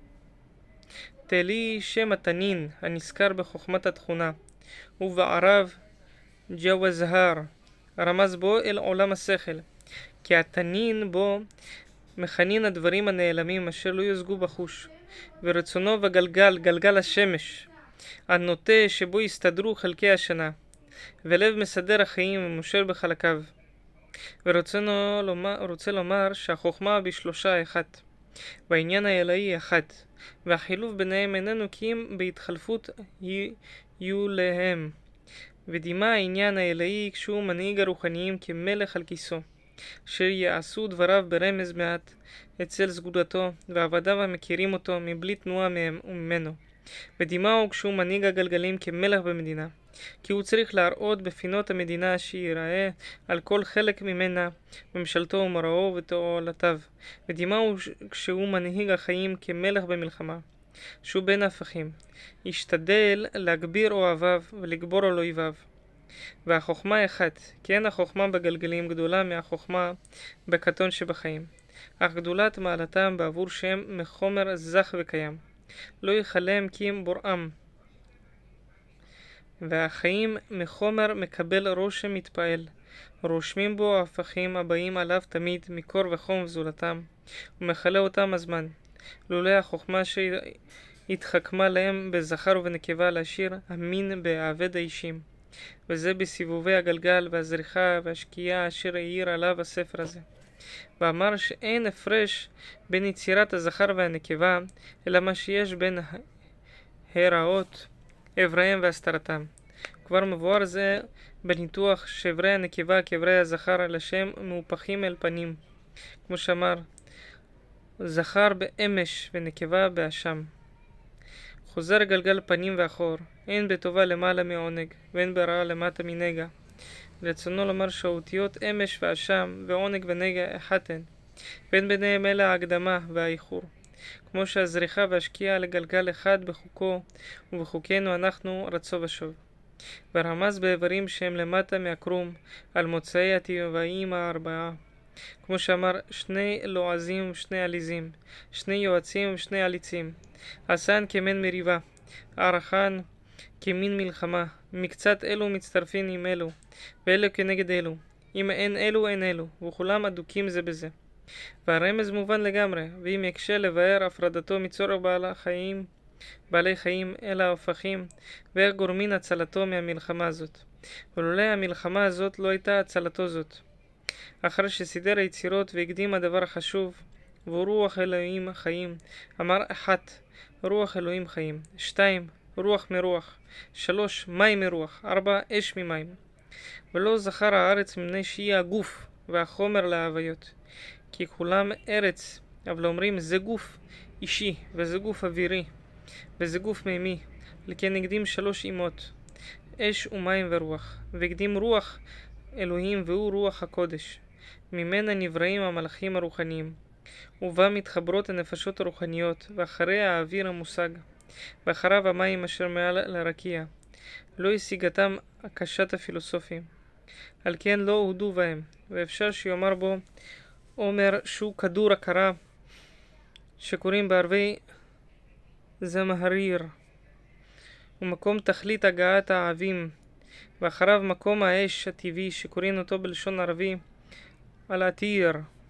תלי שם התנין הנזכר בחוכמת התכונה, ובערב ג'ווזהר רמז בו אל עולם השכל, כי התנין בו מכנין הדברים הנעלמים אשר לא יושגו בחוש, ורצונו בגלגל, גלגל השמש, הנוטה שבו יסתדרו חלקי השנה, ולב מסדר החיים ומושל בחלקיו. ורוצנו לומר, רוצה לומר שהחוכמה בשלושה אחת, והעניין האלוהי אחת, והחילוף ביניהם איננו כי אם בהתחלפות יהיו להם, ודימה העניין האלוהי כשהוא מנהיג הרוחניים כמלך על כיסו, אשר יעשו דבריו ברמז מעט אצל סגודתו, ועבדיו המכירים אותו מבלי תנועה מהם וממנו, ודימהו כשהוא מנהיג הגלגלים כמלך במדינה, כי הוא צריך להראות בפינות המדינה שיראה על כל חלק ממנה ממשלתו ומראו ותועלתיו, ודימהו כשהוא מנהיג החיים כמלך במלחמה, שהוא בין ההפכים, ישתדל להגביר אוהביו ולגבור על אויביו, והחוכמה אחת, כי אין החוכמה בגלגלים גדולה מהחוכמה בקטון שבחיים. אך גדולת מעלתם בעבור שהם מחומר זך וקיים. לא יחלם כי הם בוראם. והחיים מחומר מקבל רושם מתפעל. רושמים בו ההפכים הבאים עליו תמיד מקור וחום וזולתם, ומכלה אותם הזמן. לולא החוכמה שהתחכמה להם בזכר ובנקבה להשאיר המין בעבד האישים. וזה בסיבובי הגלגל והזריחה והשקיעה אשר העיר עליו הספר הזה. ואמר שאין הפרש בין יצירת הזכר והנקבה, אלא מה שיש בין הרעות אבריהם והסתרתם. כבר מבואר זה בניתוח שאברי הנקבה כאברי הזכר על השם מהופכים אל פנים, כמו שאמר, זכר באמש ונקבה באשם. חוזר גלגל פנים ואחור, אין בטובה למעלה מעונג, ואין ברעה למטה מנגע. רצונו לומר שהאותיות אמש ואשם ועונג ונגע אחת הן, ואין ביניהם אלא ההקדמה והאיחור. כמו שהזריחה והשקיעה לגלגל אחד בחוקו, ובחוקנו אנחנו רצו ושוב. ורמז באיברים שהם למטה מהקרום, על מוצאי הטבעיים הארבעה. כמו שאמר, שני לועזים ושני עליזים, שני יועצים ושני עליצים. עשן כמין מריבה, ערכן כמין מלחמה. מקצת אלו מצטרפים עם אלו, ואלו כנגד אלו. אם אין אלו אין אלו, וכולם אדוקים זה בזה. והרמז מובן לגמרי, ואם יקשה לבאר הפרדתו מצורך בעלי חיים, בעלי חיים אל ההופכים, ואיך גורמין הצלתו מהמלחמה הזאת. ולולא המלחמה הזאת לא הייתה הצלתו זאת. אחר שסידר היצירות והקדים הדבר החשוב, והוא רוח אלוהים חיים, אמר אחת, רוח אלוהים חיים, שתיים, רוח מרוח, שלוש, מים מרוח, ארבע, אש ממים. ולא זכר הארץ מפני שהיא הגוף והחומר להוויות, כי כולם ארץ, אבל אומרים זה גוף אישי, וזה גוף אווירי, וזה גוף מימי, לכן הקדים שלוש אימות, אש ומים ורוח, והקדים רוח אלוהים והוא רוח הקודש, ממנה נבראים המלאכים הרוחניים, ובה מתחברות הנפשות הרוחניות, ואחרי האוויר המושג, ואחריו המים אשר מעל לרקיע, לא השיגתם הקשת הפילוסופים, על כן לא הודו בהם, ואפשר שיאמר בו אומר שהוא כדור הכרה שקוראים בערבי זמהריר, ומקום תכלית הגעת האבים, ואחריו מקום האש הטבעי שקוראים אותו בלשון ערבי על עתיר,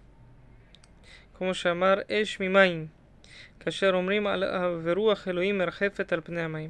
כמו שאמר אש ממים, כאשר אומרים על ורוח אלוהים מרחפת על פני המים,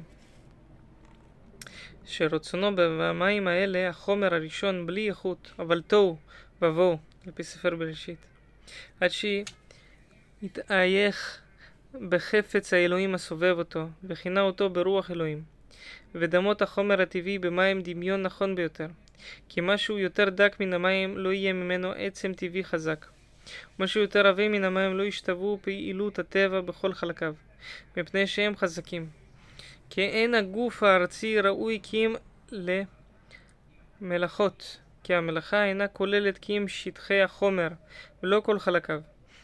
שרצונו במים האלה החומר הראשון בלי איכות, אבל תוהו ובוהו, לפי ספר בראשית, עד שיתאייך בחפץ האלוהים הסובב אותו, וכינה אותו ברוח אלוהים. ודמות החומר הטבעי במים דמיון נכון ביותר, כי משהו יותר דק מן המים לא יהיה ממנו עצם טבעי חזק, משהו יותר עבה מן המים לא ישתוו פעילות הטבע בכל חלקיו, מפני שהם חזקים. כי אין הגוף הארצי ראוי כי אם למלאכות, כי המלאכה אינה כוללת כי אם שטחי החומר, ולא כל חלקיו.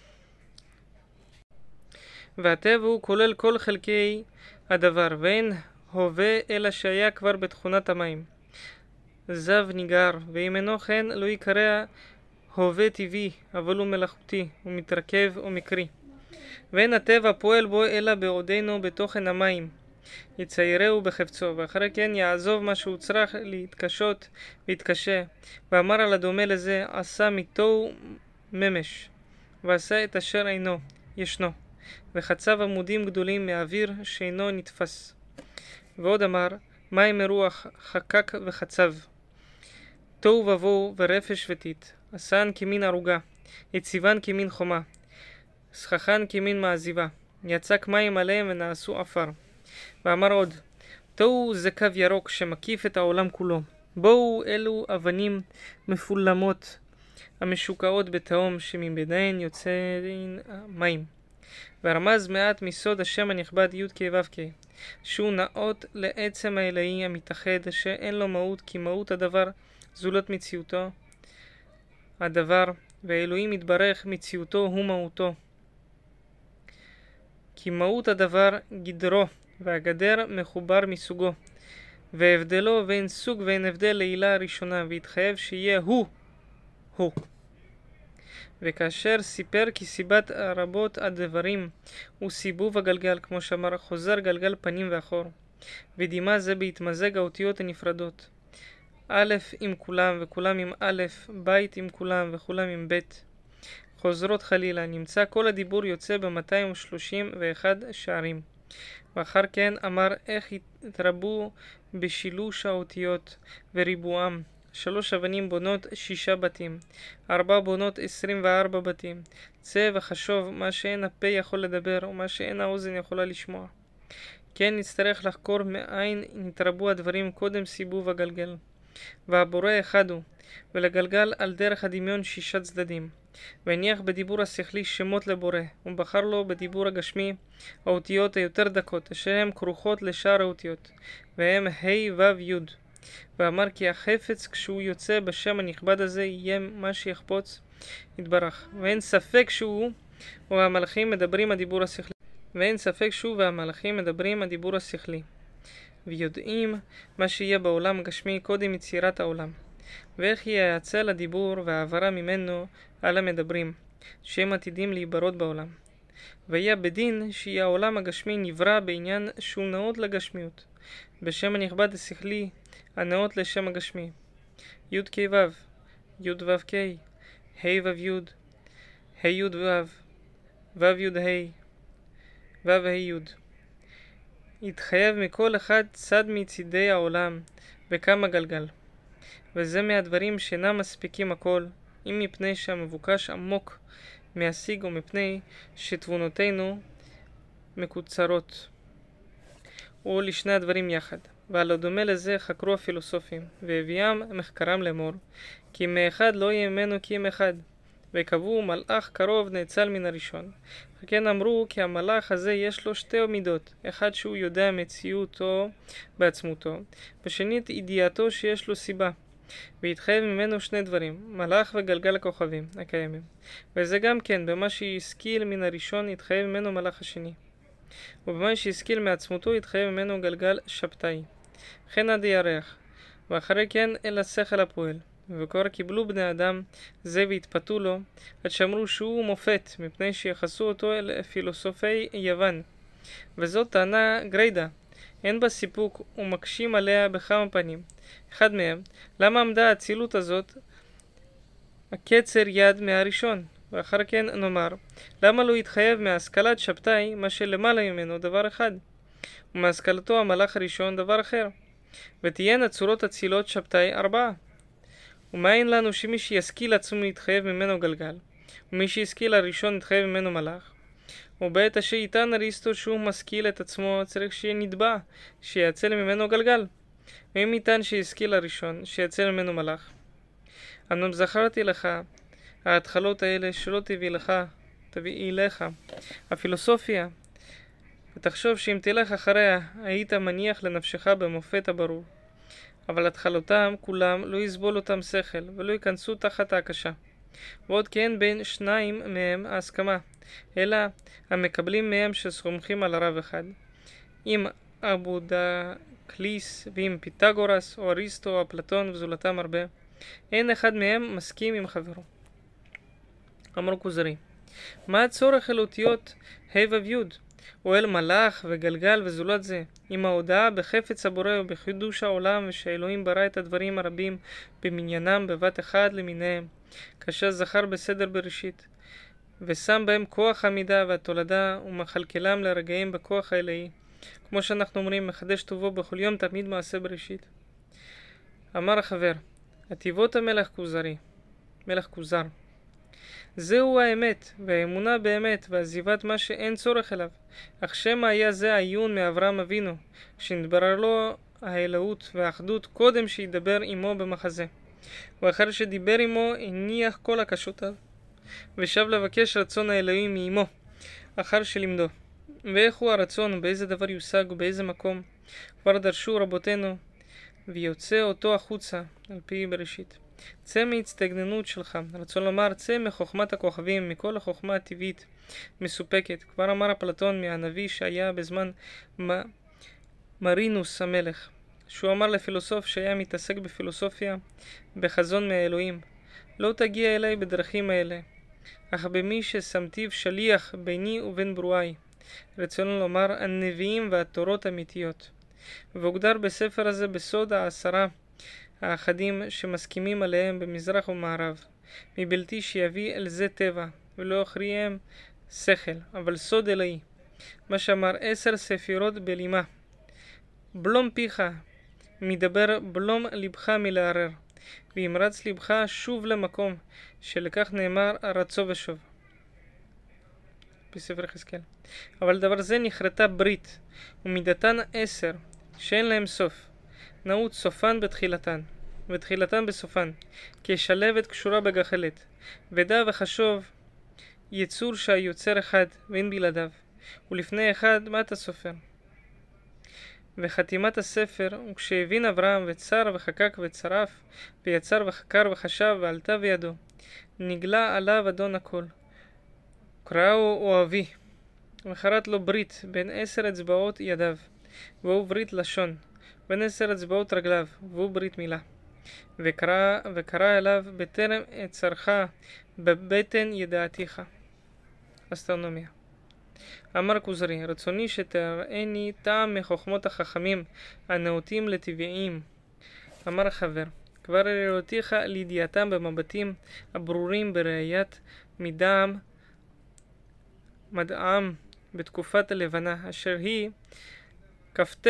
והטבע הוא כולל כל חלקי הדבר, ואין הווה אלא שהיה כבר בתכונת המים. זב ניגר, ואם אינו כן לא יקרא הווה טבעי, אבל הוא מלאכותי, הוא מתרכב ומקרי. ואין הטבע פועל בו אלא בעודנו בתוכן המים, יציירהו בחפצו, ואחרי כן יעזוב מה שהוא צריך להתקשות ויתקשה. ואמר על הדומה לזה, עשה מתוהו ממש, ועשה את אשר אינו ישנו, וחצב עמודים גדולים מאוויר שאינו נתפס. ועוד אמר, מים מרוח חקק וחצב, תוהו ובוהו ורפש וטיט, עשן כמין ערוגה, יציבן כמין חומה, סככן כמין מעזיבה, יצק מים עליהם ונעשו עפר. ואמר עוד, תוהו זה קו ירוק שמקיף את העולם כולו, בואו אלו אבנים מפולמות המשוקעות בתהום שמביניהן יוצאים מים. ורמז מעט מסוד השם הנכבד י' כ' ו' כ', שהוא נאות לעצם האלוהי המתאחד שאין לו מהות, כי מהות הדבר זולת מציאותו הדבר, והאלוהים יתברך מציאותו הוא מהותו, כי מהות הדבר גדרו, והגדר מחובר מסוגו, והבדלו ואין סוג ואין הבדל לעילה הראשונה, והתחייב שיהיה הוא, הוא. וכאשר סיפר כי סיבת רבות הדברים הוא סיבוב הגלגל, כמו שאמר, חוזר גלגל פנים ואחור, ודימה זה בהתמזג האותיות הנפרדות, א' עם כולם וכולם עם א', בית עם כולם וכולם עם ב', חוזרות חלילה, נמצא כל הדיבור יוצא ב-מאתיים ושלושים ואחד שערים. ואחר כן אמר איך התרבו בשילוש האותיות וריבועם. שלוש אבנים בונות שישה בתים, ארבע בונות עשרים וארבע בתים. צא וחשוב מה שאין הפה יכול לדבר ומה שאין האוזן יכולה לשמוע. כן נצטרך לחקור מאין נתרבו הדברים קודם סיבוב הגלגל. והבורא אחד הוא, ולגלגל על דרך הדמיון שישה צדדים. והניח בדיבור השכלי שמות לבורא, ובחר לו בדיבור הגשמי האותיות היותר דקות, אשר הן כרוכות לשאר האותיות, והם ה' ו' י'. ואמר כי החפץ כשהוא יוצא בשם הנכבד הזה יהיה מה שיחפוץ יתברך, ואין ספק שהוא והמלאכים מדברים הדיבור השכלי, ואין ספק שהוא והמלאכים מדברים הדיבור השכלי, ויודעים מה שיהיה בעולם הגשמי קודם יצירת העולם, ואיך ייעצה לדיבור והעברה ממנו על המדברים, שהם עתידים להיברות בעולם. ויהיה בדין שיהיה העולם הגשמי נברא בעניין שהוא נאות לגשמיות, בשם הנכבד השכלי הנאות לשם הגשמי. י' כ' ו', י' ו' כ', ה' ו' י', ה' י' ו', ו' י' ה', ו' ה' י'. התחייב מכל אחד צד מצידי העולם בכמה גלגל. וזה מהדברים שאינם מספיקים הכל, אם מפני שהמבוקש עמוק מהשיג ומפני שתבונותינו מקוצרות. או לשני הדברים יחד. ועל הדומה לזה חקרו הפילוסופים, והביאם מחקרם לאמור, כי מאחד לא יהיה ממנו כי אם אחד, וקבעו מלאך קרוב נאצל מן הראשון. וכן אמרו כי המלאך הזה יש לו שתי מידות, אחד שהוא יודע מציאותו בעצמותו, ושנית ידיעתו שיש לו סיבה, והתחייב ממנו שני דברים, מלאך וגלגל הכוכבים הקיימים. וזה גם כן, במה שהשכיל מן הראשון יתחייב ממנו מלאך השני, ובמה שהשכיל מעצמותו יתחייב ממנו גלגל שבתאי. כן עד הירח, ואחרי כן אל השכל הפועל. וכבר קיבלו בני אדם זה והתפתו לו, עד שאמרו שהוא מופת, מפני שיחסו אותו אל פילוסופי יוון. וזאת טענה גרידא, אין בה סיפוק ומקשים עליה בכמה פנים. אחד מהם, למה עמדה האצילות הזאת הקצר יד מהראשון? ואחר כן נאמר, למה לא יתחייב מהשכלת שבתאי מה שלמעלה ממנו דבר אחד, ומהשכלתו המלאך הראשון דבר אחר, ותהיינה צורות אצילות שבתאי ארבעה. ומאין לנו שמי שישכיל עצמו יתחייב ממנו גלגל, ומי שישכיל הראשון יתחייב ממנו מלאך? ובעת אשר יטען אריסטו שהוא משכיל את עצמו צריך שיהיה נתבע שיצל ממנו גלגל, ואם יטען שישכיל הראשון שיצל ממנו מלאך. אמנם זכרתי לך ההתחלות האלה שלא תביא לך, תביא אליך הפילוסופיה, ותחשוב שאם תלך אחריה היית מניח לנפשך במופת הברור. אבל התחלותם כולם לא יסבול אותם שכל ולא ייכנסו תחת ההקשה. ועוד כן בין שניים מהם ההסכמה, אלא המקבלים מהם שסומכים על הרב אחד. אם אבודקליס ועם פיתגורס או אריסטו או אפלטון וזולתם הרבה, אין אחד מהם מסכים עם חברו. אמר כוזרי, מה הצורך אל אותיות ה' ו' י' או אל מלאך וגלגל וזולת זה, עם ההודעה בחפץ הבורא ובחידוש העולם ושאלוהים ברא את הדברים הרבים במניינם בבת אחד למיניהם, כאשר זכר בסדר בראשית, ושם בהם כוח המידה והתולדה ומחלקלם לרגעים בכוח האלוהי, כמו שאנחנו אומרים, מחדש טובו בכל יום תמיד מעשה בראשית. אמר החבר, הטיבות המלך כוזרי, מלך כוזר, זהו האמת והאמונה באמת ועזיבת מה שאין צורך אליו. אך שמא היה זה העיון מאברהם אבינו, שנתברר לו האלוהות והאחדות קודם שידבר עמו במחזה, ואחר שדיבר עמו הניח כל הקשותיו, ושב לבקש רצון האלוהים מעמו, אחר שלמדו. ואיך הוא הרצון ובאיזה דבר יושג ובאיזה מקום, כבר דרשו רבותינו, ויוצא אותו החוצה על פי בראשית. צא מהצטגננות שלך, רצון לומר צא מחוכמת הכוכבים, מכל החוכמה הטבעית מסופקת. כבר אמר אפלטון מהנביא שהיה בזמן מ... מרינוס המלך, שהוא אמר לפילוסוף שהיה מתעסק בפילוסופיה, בחזון מאלוהים, לא תגיע אליי בדרכים האלה, אך במי ששמתיו שליח ביני ובין ברואי, רצונו לומר הנביאים והתורות אמיתיות. והוגדר בספר הזה בסוד העשרה האחדים שמסכימים עליהם במזרח ומערב, מבלתי שיביא אל זה טבע, ולא יכריעם שכל, אבל סוד אלוהי, מה שאמר עשר ספירות בלימה. בלום פיך מדבר, בלום לבך מלערר, וימרץ לבך שוב למקום, שלכך נאמר רצו ושוב. בספר יחזקאל. אבל דבר זה נחרטה ברית, ומידתן עשר, שאין להם סוף. נעוץ סופן בתחילתן, ותחילתן בסופן, כשלבת קשורה בגחלת. ודע וחשוב יצור שהיוצר אחד, ואין בלעדיו, ולפני אחד מה אתה סופר? וחתימת הספר, וכשהבין אברהם וצר וחקק וצרף, ויצר וחקר וחשב ועלתה בידו, נגלה עליו אדון הכל. קראו אוהבי, וחרט לו ברית בין עשר אצבעות ידיו, והוא ברית לשון, בין עשר אצבעות רגליו, והוא ברית מילה. וקרא, וקרא אליו בטרם אצרך בבטן ידעתיך. אסטרונומיה. אמר כוזרי, רצוני שתראני טעם מחוכמות החכמים הנאותים לטבעיים. אמר חבר, כבר הראותיך לידיעתם במבטים הברורים בראיית מדעם מדעם בתקופת הלבנה, אשר היא כ"ט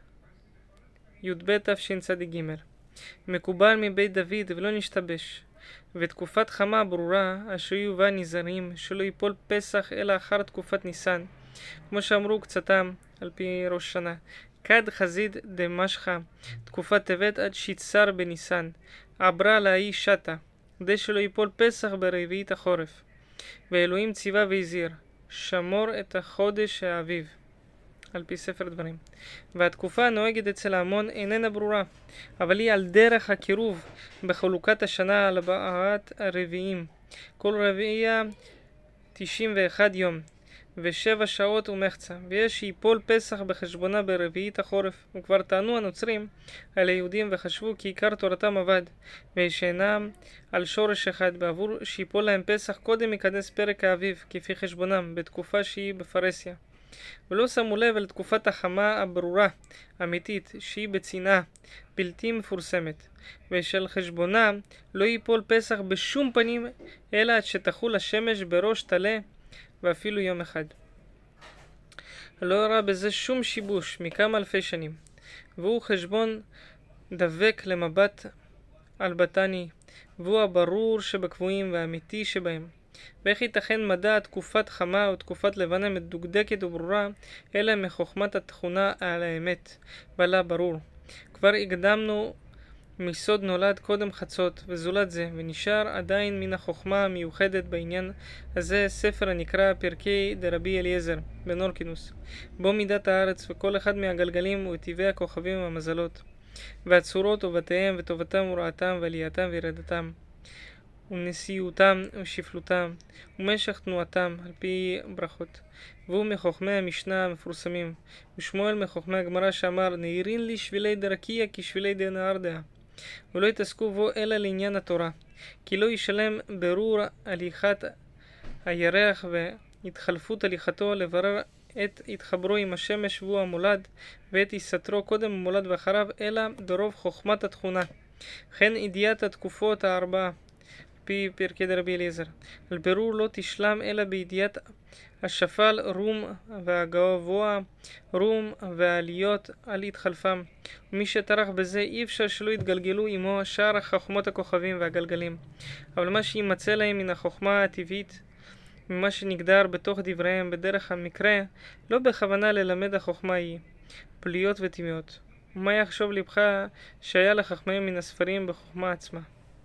י"ב תשצ"ג, מקובל מבית דוד ולא נשתבש, ותקופת חמה ברורה, אשר יובא נזהרים שלא ייפול פסח אלא אחר תקופת ניסן, כמו שאמרו קצתם על פי ראש שנה, כד חזיד דמשכה תקופת טבת עד שיצר בניסן, עברה להיא שתה, כדי שלא ייפול פסח ברביעית החורף. ואלוהים ציווה והזהיר, שמור את החודש האביב, על פי ספר דברים. והתקופה הנוהגת אצל ההמון איננה ברורה, אבל היא על דרך הקירוב בחלוקת השנה על ארבעת הרביעים. כל רביעייה תשעים ואחד יום ושבע שעות ומחצה, ויש שיפול פסח בחשבונה ברביעית החורף. וכבר טענו הנוצרים על היהודים וחשבו כי עיקר תורתם עבד, ושאינם על שורש אחד, בעבור שיפול להם פסח קודם ייכנס פרק האביב כפי חשבונם בתקופה שהיא בפרסיה. ולא שמו לב אל תקופת החמה הברורה, אמיתית, שהיא בצנעה, בלתי מפורסמת, ושל חשבונה לא ייפול פסח בשום פנים, אלא עד שתחול השמש בראש תלה, ואפילו יום אחד. לא ראה בזה שום שיבוש מכמה אלפי שנים, והוא חשבון דבק למבט אלבטני, והוא הברור שבקבועים והאמיתי שבהם. ואיך ייתכן מדע תקופת חמה או תקופת לבנה מדוקדקת וברורה, אלא מחוכמת התכונה על האמת ועל הברור. כבר הקדמנו מסוד נולד קודם חצות וזולת זה, ונשאר עדיין מן החוכמה המיוחדת בעניין הזה ספר הנקרא פרקי דרבי אליעזר בן אורקינוס, בו מידת הארץ וכל אחד מהגלגלים וטבעי הכוכבים והמזלות, והצורות ובתיהם וטובתם ורעתם ועלייתם וירדתם, ונשיאותם ושפלותם, ומשך תנועתם על פי ברכות. והוא מחוכמי המשנה המפורסמים, ושמואל מחוכמי הגמרא שאמר, נהירין לי שבילי דרכיה כשבילי דנהרדיה, ולא יתעסקו בו אלא לעניין התורה, כי לא ישלם ברור הליכת הירח והתחלפות הליכתו לברר את התחברו עם השמש והוא המולד, ואת יסתרו קודם המולד ואחריו, אלא דרוב חוכמת התכונה. וכן ידיעת התקופות הארבעה, פי פרקי דרבי אליעזר, על ברור לא תשלם אלא בידיעת השפל רום והגבוה רום והעליות על התחלפם, ומי שטרח בזה אי אפשר שלא יתגלגלו עמו שאר חוכמות הכוכבים והגלגלים. אבל מה שימצא להם מן החוכמה הטבעית, ממה שנגדר בתוך דבריהם בדרך המקרה, לא בכוונה ללמד החוכמה היא פליות וטמאות. ומה יחשוב לבך שהיה לחכמיהם מן הספרים בחוכמה עצמה?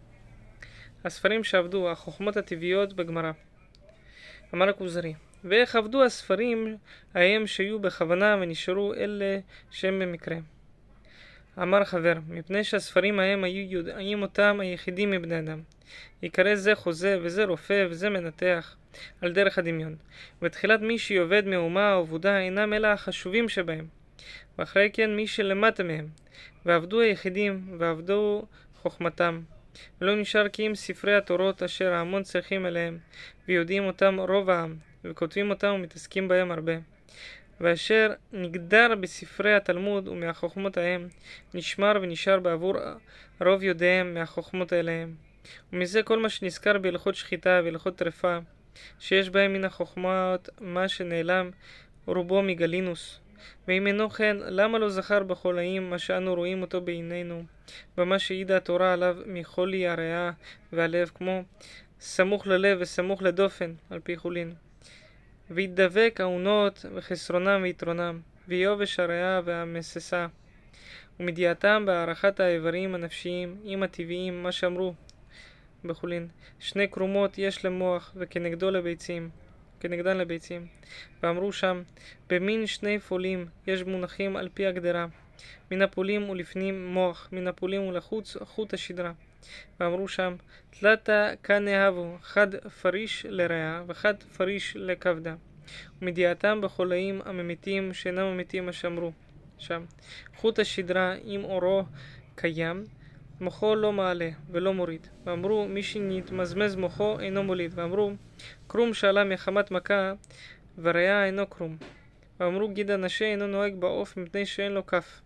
הספרים שעבדו, החוכמות הטבעיות בגמרא. אמר הכוזרי, ואיך עבדו הספרים ההם שהיו בכוונה ונשארו אלה שהם במקרה? אמר חבר, מפני שהספרים ההם היו יודעים אותם היחידים מבני אדם. יקרא זה חוזה וזה רופא וזה מנתח על דרך הדמיון. בתחילת מי שיובד מאומה או עבודה אינם אלא החשובים שבהם, ואחרי כן מי שלמטה מהם, ועבדו היחידים, ועבדו חוכמתם. ולא נשאר כי אם ספרי התורות אשר ההמון צריכים אליהם, ויודעים אותם רוב העם, וכותבים אותם ומתעסקים בהם הרבה. ואשר נגדר בספרי התלמוד ומהחוכמות ההם, נשמר ונשאר בעבור רוב יודעיהם מהחוכמות אליהם. ומזה כל מה שנזכר בהלכות שחיטה והלכות טרפה, שיש בהם מן החוכמות מה שנעלם רובו מגלינוס. ואם אינו כן, למה לא זכר בחולאים מה שאנו רואים אותו בעינינו, ומה שהעידה התורה עליו מחולי הריאה והלב, כמו סמוך ללב וסמוך לדופן, על פי חולין. והתדבק העונות וחסרונם ויתרונם, ויובש הריאה והמססה, ומדיעתם בהערכת האיברים הנפשיים עם הטבעיים, מה שאמרו בחולין, שני קרומות יש למוח וכנגדו לביצים, כנגדן לביצים. ואמרו שם, במין שני פולים יש מונחים על פי הגדרה, מן הפולים ולפנים מוח, מן הפולים ולחוץ חוט השדרה. ואמרו שם, תלתה כנהבו, חד פריש לריאה וחד פריש לכבדה. ומדיעתם בחולאים הממיתים שאינם ממיתים, מה שאמרו שם, חוט השדרה עם אורו קיים, מוחו לא מעלה ולא מוריד. ואמרו, מי שנתמזמז מוחו אינו מוליד. ואמרו, קרום שעלה מחמת מכה וריאה אינו קרום. ואמרו, גיד הנשה אינו נוהג בעוף מפני שאין לו כף.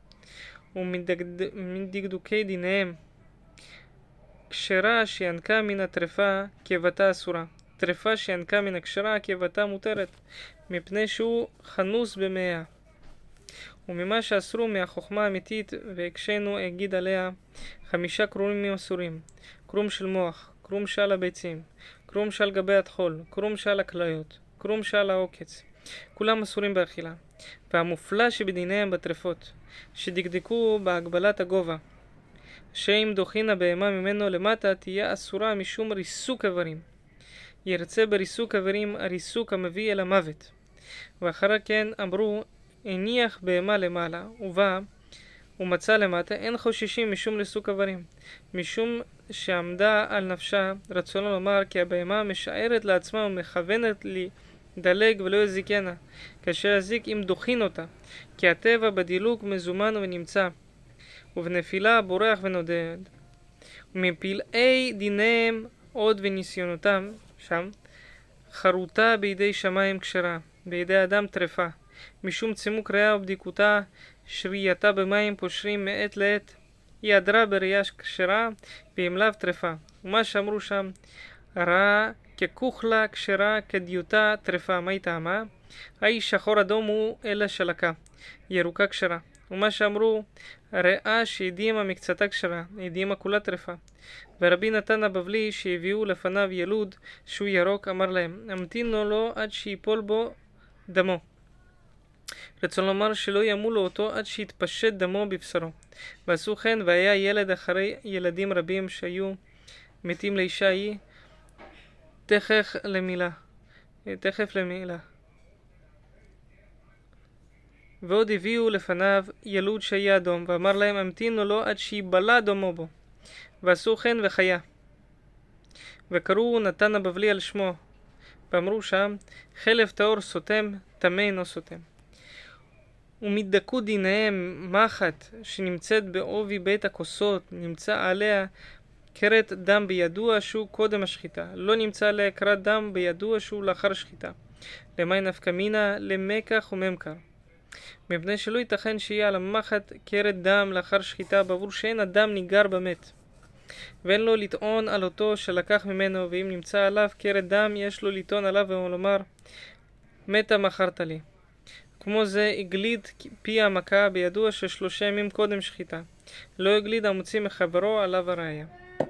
ומדקדוקי דיניהם, כשרה שינקה מן הטרפה קיבתה אסורה. טרפה שינקה מן הכשרה קיבתה מותרת, מפני שהוא חנוס במאה. וממה שאסרו מהחוכמה האמיתית והקשנו אגיד עליה, חמישה קרומים אסורים: קרום של מוח, קרום שעל הביצים, קרום שעל גבי הטחול, קרום שעל הכליות, קרום שעל העוקץ. כולם אסורים באכילה. והמופלא שבדיניהם בטרפות, שדקדקו בהגבלת הגובה, שאם דוחין הבהמה ממנו למטה תהיה אסורה משום ריסוק איברים. ירצה בריסוק איברים הריסוק המביא אל המוות. ואחר כן אמרו, הניח בהמה למעלה ובא ומצא למטה, אין חוששים משום ריסוק איברים, משום שעמדה על נפשה. רצונו לומר כי הבהמה משערת לעצמה ומכוונת לי דלג ולא יזיקנה, כאשר יזיק אם דוחין אותה, כי הטבע בדילוג מזומן ונמצא, ובנפילה בורח ונודד. ומפלאי דיניהם עוד וניסיונותם שם, חרוטה בידי שמיים כשרה, בידי אדם טרפה, משום צימוק ריאה ובדיקותה, שרייתה במים פושרים מעת לעת, היא הדרה בראייה כשרה ואם לאו טרפה. ומה שאמרו שם, ראה ככוכלה כשרה כדיוטה טרפה, מה היא טעמה? האי שחור אדום הוא אלא שלקה, ירוקה כשרה. ומה שאמרו, ראה שהדימה מקצתה כשרה, הדימה כולה טרפה. ורבי נתן הבבלי שהביאו לפניו ילוד שהוא ירוק, אמר להם, המתינו לו עד שיפול בו דמו. רצון לומר שלא ימולו אותו עד שיתפשט דמו בבשרו. ועשו כן, והיה ילד אחרי ילדים רבים שהיו מתים לאישה היא, תכף למילה, תכף למילה. ועוד הביאו לפניו ילוד שהיה אדום, ואמר להם, המתינו לו עד שיבלה דומו בו. ועשו כן וחיה. וקראו נתן הבבלי על שמו, ואמרו שם, חלב טהור סותם, טמא אינו סותם. ומדקו דיניהם מחט שנמצאת בעובי בית הכוסות, נמצא עליה קרת דם בידוע שהוא קודם השחיטה, לא נמצא עליה קרת דם בידוע שהוא לאחר שחיטה. למי נפקא מינה? למקח וממכר. מפני שלא ייתכן שיהיה על המחט קרת דם לאחר שחיטה, בעבור שאין הדם ניגר במת, ואין לו לטעון על אותו שלקח ממנו, ואם נמצא עליו קרת דם יש לו לטעון עליו ולומר, מתה מכרת לי. כמו זה הגליד פי המכה בידוע ששלושה ימים קודם שחיטה, לא הגליד המוציא מחברו עליו הראיה.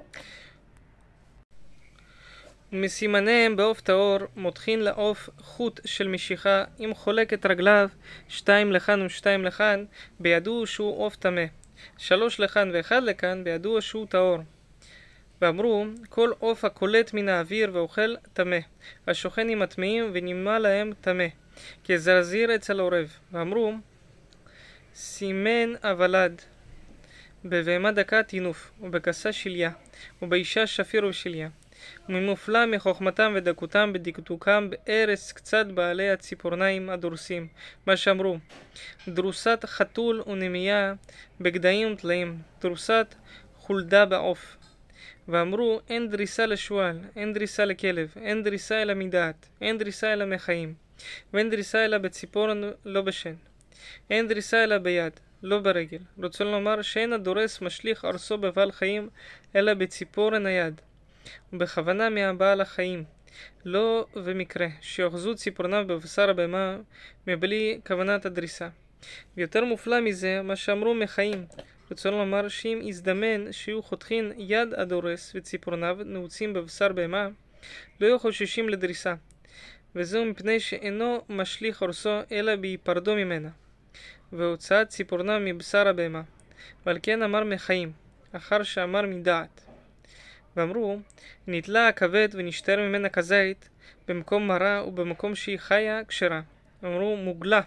ומסימניהם בעוף טהור מותחין לעוף חוט של משיכה, אם חולק את רגליו שתיים לכאן ושתיים לכאן, בידוע שהוא עוף טמא, שלוש לכאן ואחד לכאן, בידוע שהוא טהור. ואמרו, כל עוף הקולט מן האוויר ואוכל טמא, השוכן עם הטמאים ונמא להם טמא, כזרזיר אצל עורב. ואמרו, סימן הוולד בבהמה דקה תינוף, ובכסה שליה, ובאישה שפיר ושליה. וממופלא מחוכמתם ודקותם בדקדוקם בארץ קצת בעלי הציפורניים הדורסים. מה שאמרו, דרוסת חתול ונמייה בגדיים וטלאים, דרוסת חולדה בעוף. ואמרו, אין דריסה לשועל, אין דריסה לכלב, אין דריסה אלא מדעת, אין דריסה אלא מחיים, ואין דריסה אלא בציפורן לא בשן, אין דריסה אלא ביד, לא ברגל. רוצה לומר שאין הדורס משליך ארסו בבעל חיים אלא בציפורן היד, ובכוונה מהבעל החיים, לא במקרה שיוחזו ציפורניו בבשר הבהמה מבלי כוונת הדריסה. ויותר מופלא מזה מה שאמרו מחיים. רוצה לומר שאם יזדמן שיהיו חותכין יד הדורס וציפורניו נעוצים בבשר בהמה, לא יהיו חוששים לדריסה, וזהו מפני שאינו משליך ארסו אלא בהיפרדו ממנה, והוצאת ציפורניו מבשר הבהמה. ועל כן אמר מחיים, אחר שאמר מדעת. ואמרו, נתלה הכבד ונשתער ממנה כזית, במקום מרה ובמקום שהיא חיה כשרה. אמרו, מוגלה,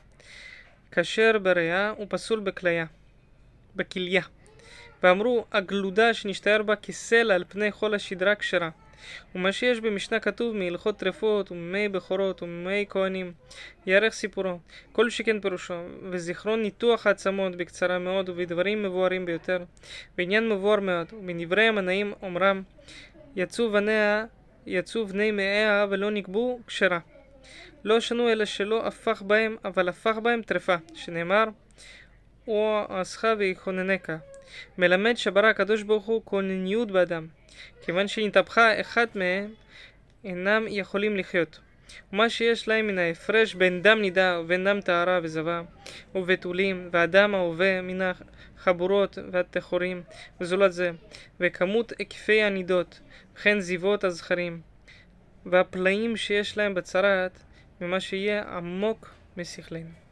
כשר בריאה ופסול בכליה, בכליה. ואמרו, הגלודה שנשתער בה כסלע על פני כל השדרה כשרה. ומה שיש במשנה כתוב מהלכות טרפות וממי בכורות וממי כהנים, יארך סיפורו, כל שכן פירושו, וזיכרון ניתוח העצמות בקצרה מאוד ובדברים מבוארים ביותר, בעניין מבואר מאוד, ובדברי המנאים אומרם, יצאו בניה, יצאו בני מאיה ולא נקבו כשרה. לא שנו אלא שלא הפך בהם, אבל הפך בהם טרפה, שנאמר, או עשך ויכוננקה, מלמד שברא הקדוש ברוך הוא כונניות באדם, כיוון שנתהפכה אחד מהם אינם יכולים לחיות. ומה שיש להם מן ההפרש בין דם נידה ובין דם טהרה וזבה ובתולים והדם ההווה מן החבורות והתחורים וזולת זה, וכמות היקפי הנידות וכן זיוות הזכרים והפלאים שיש להם בצרת, ממה שיהיה עמוק משכלנו.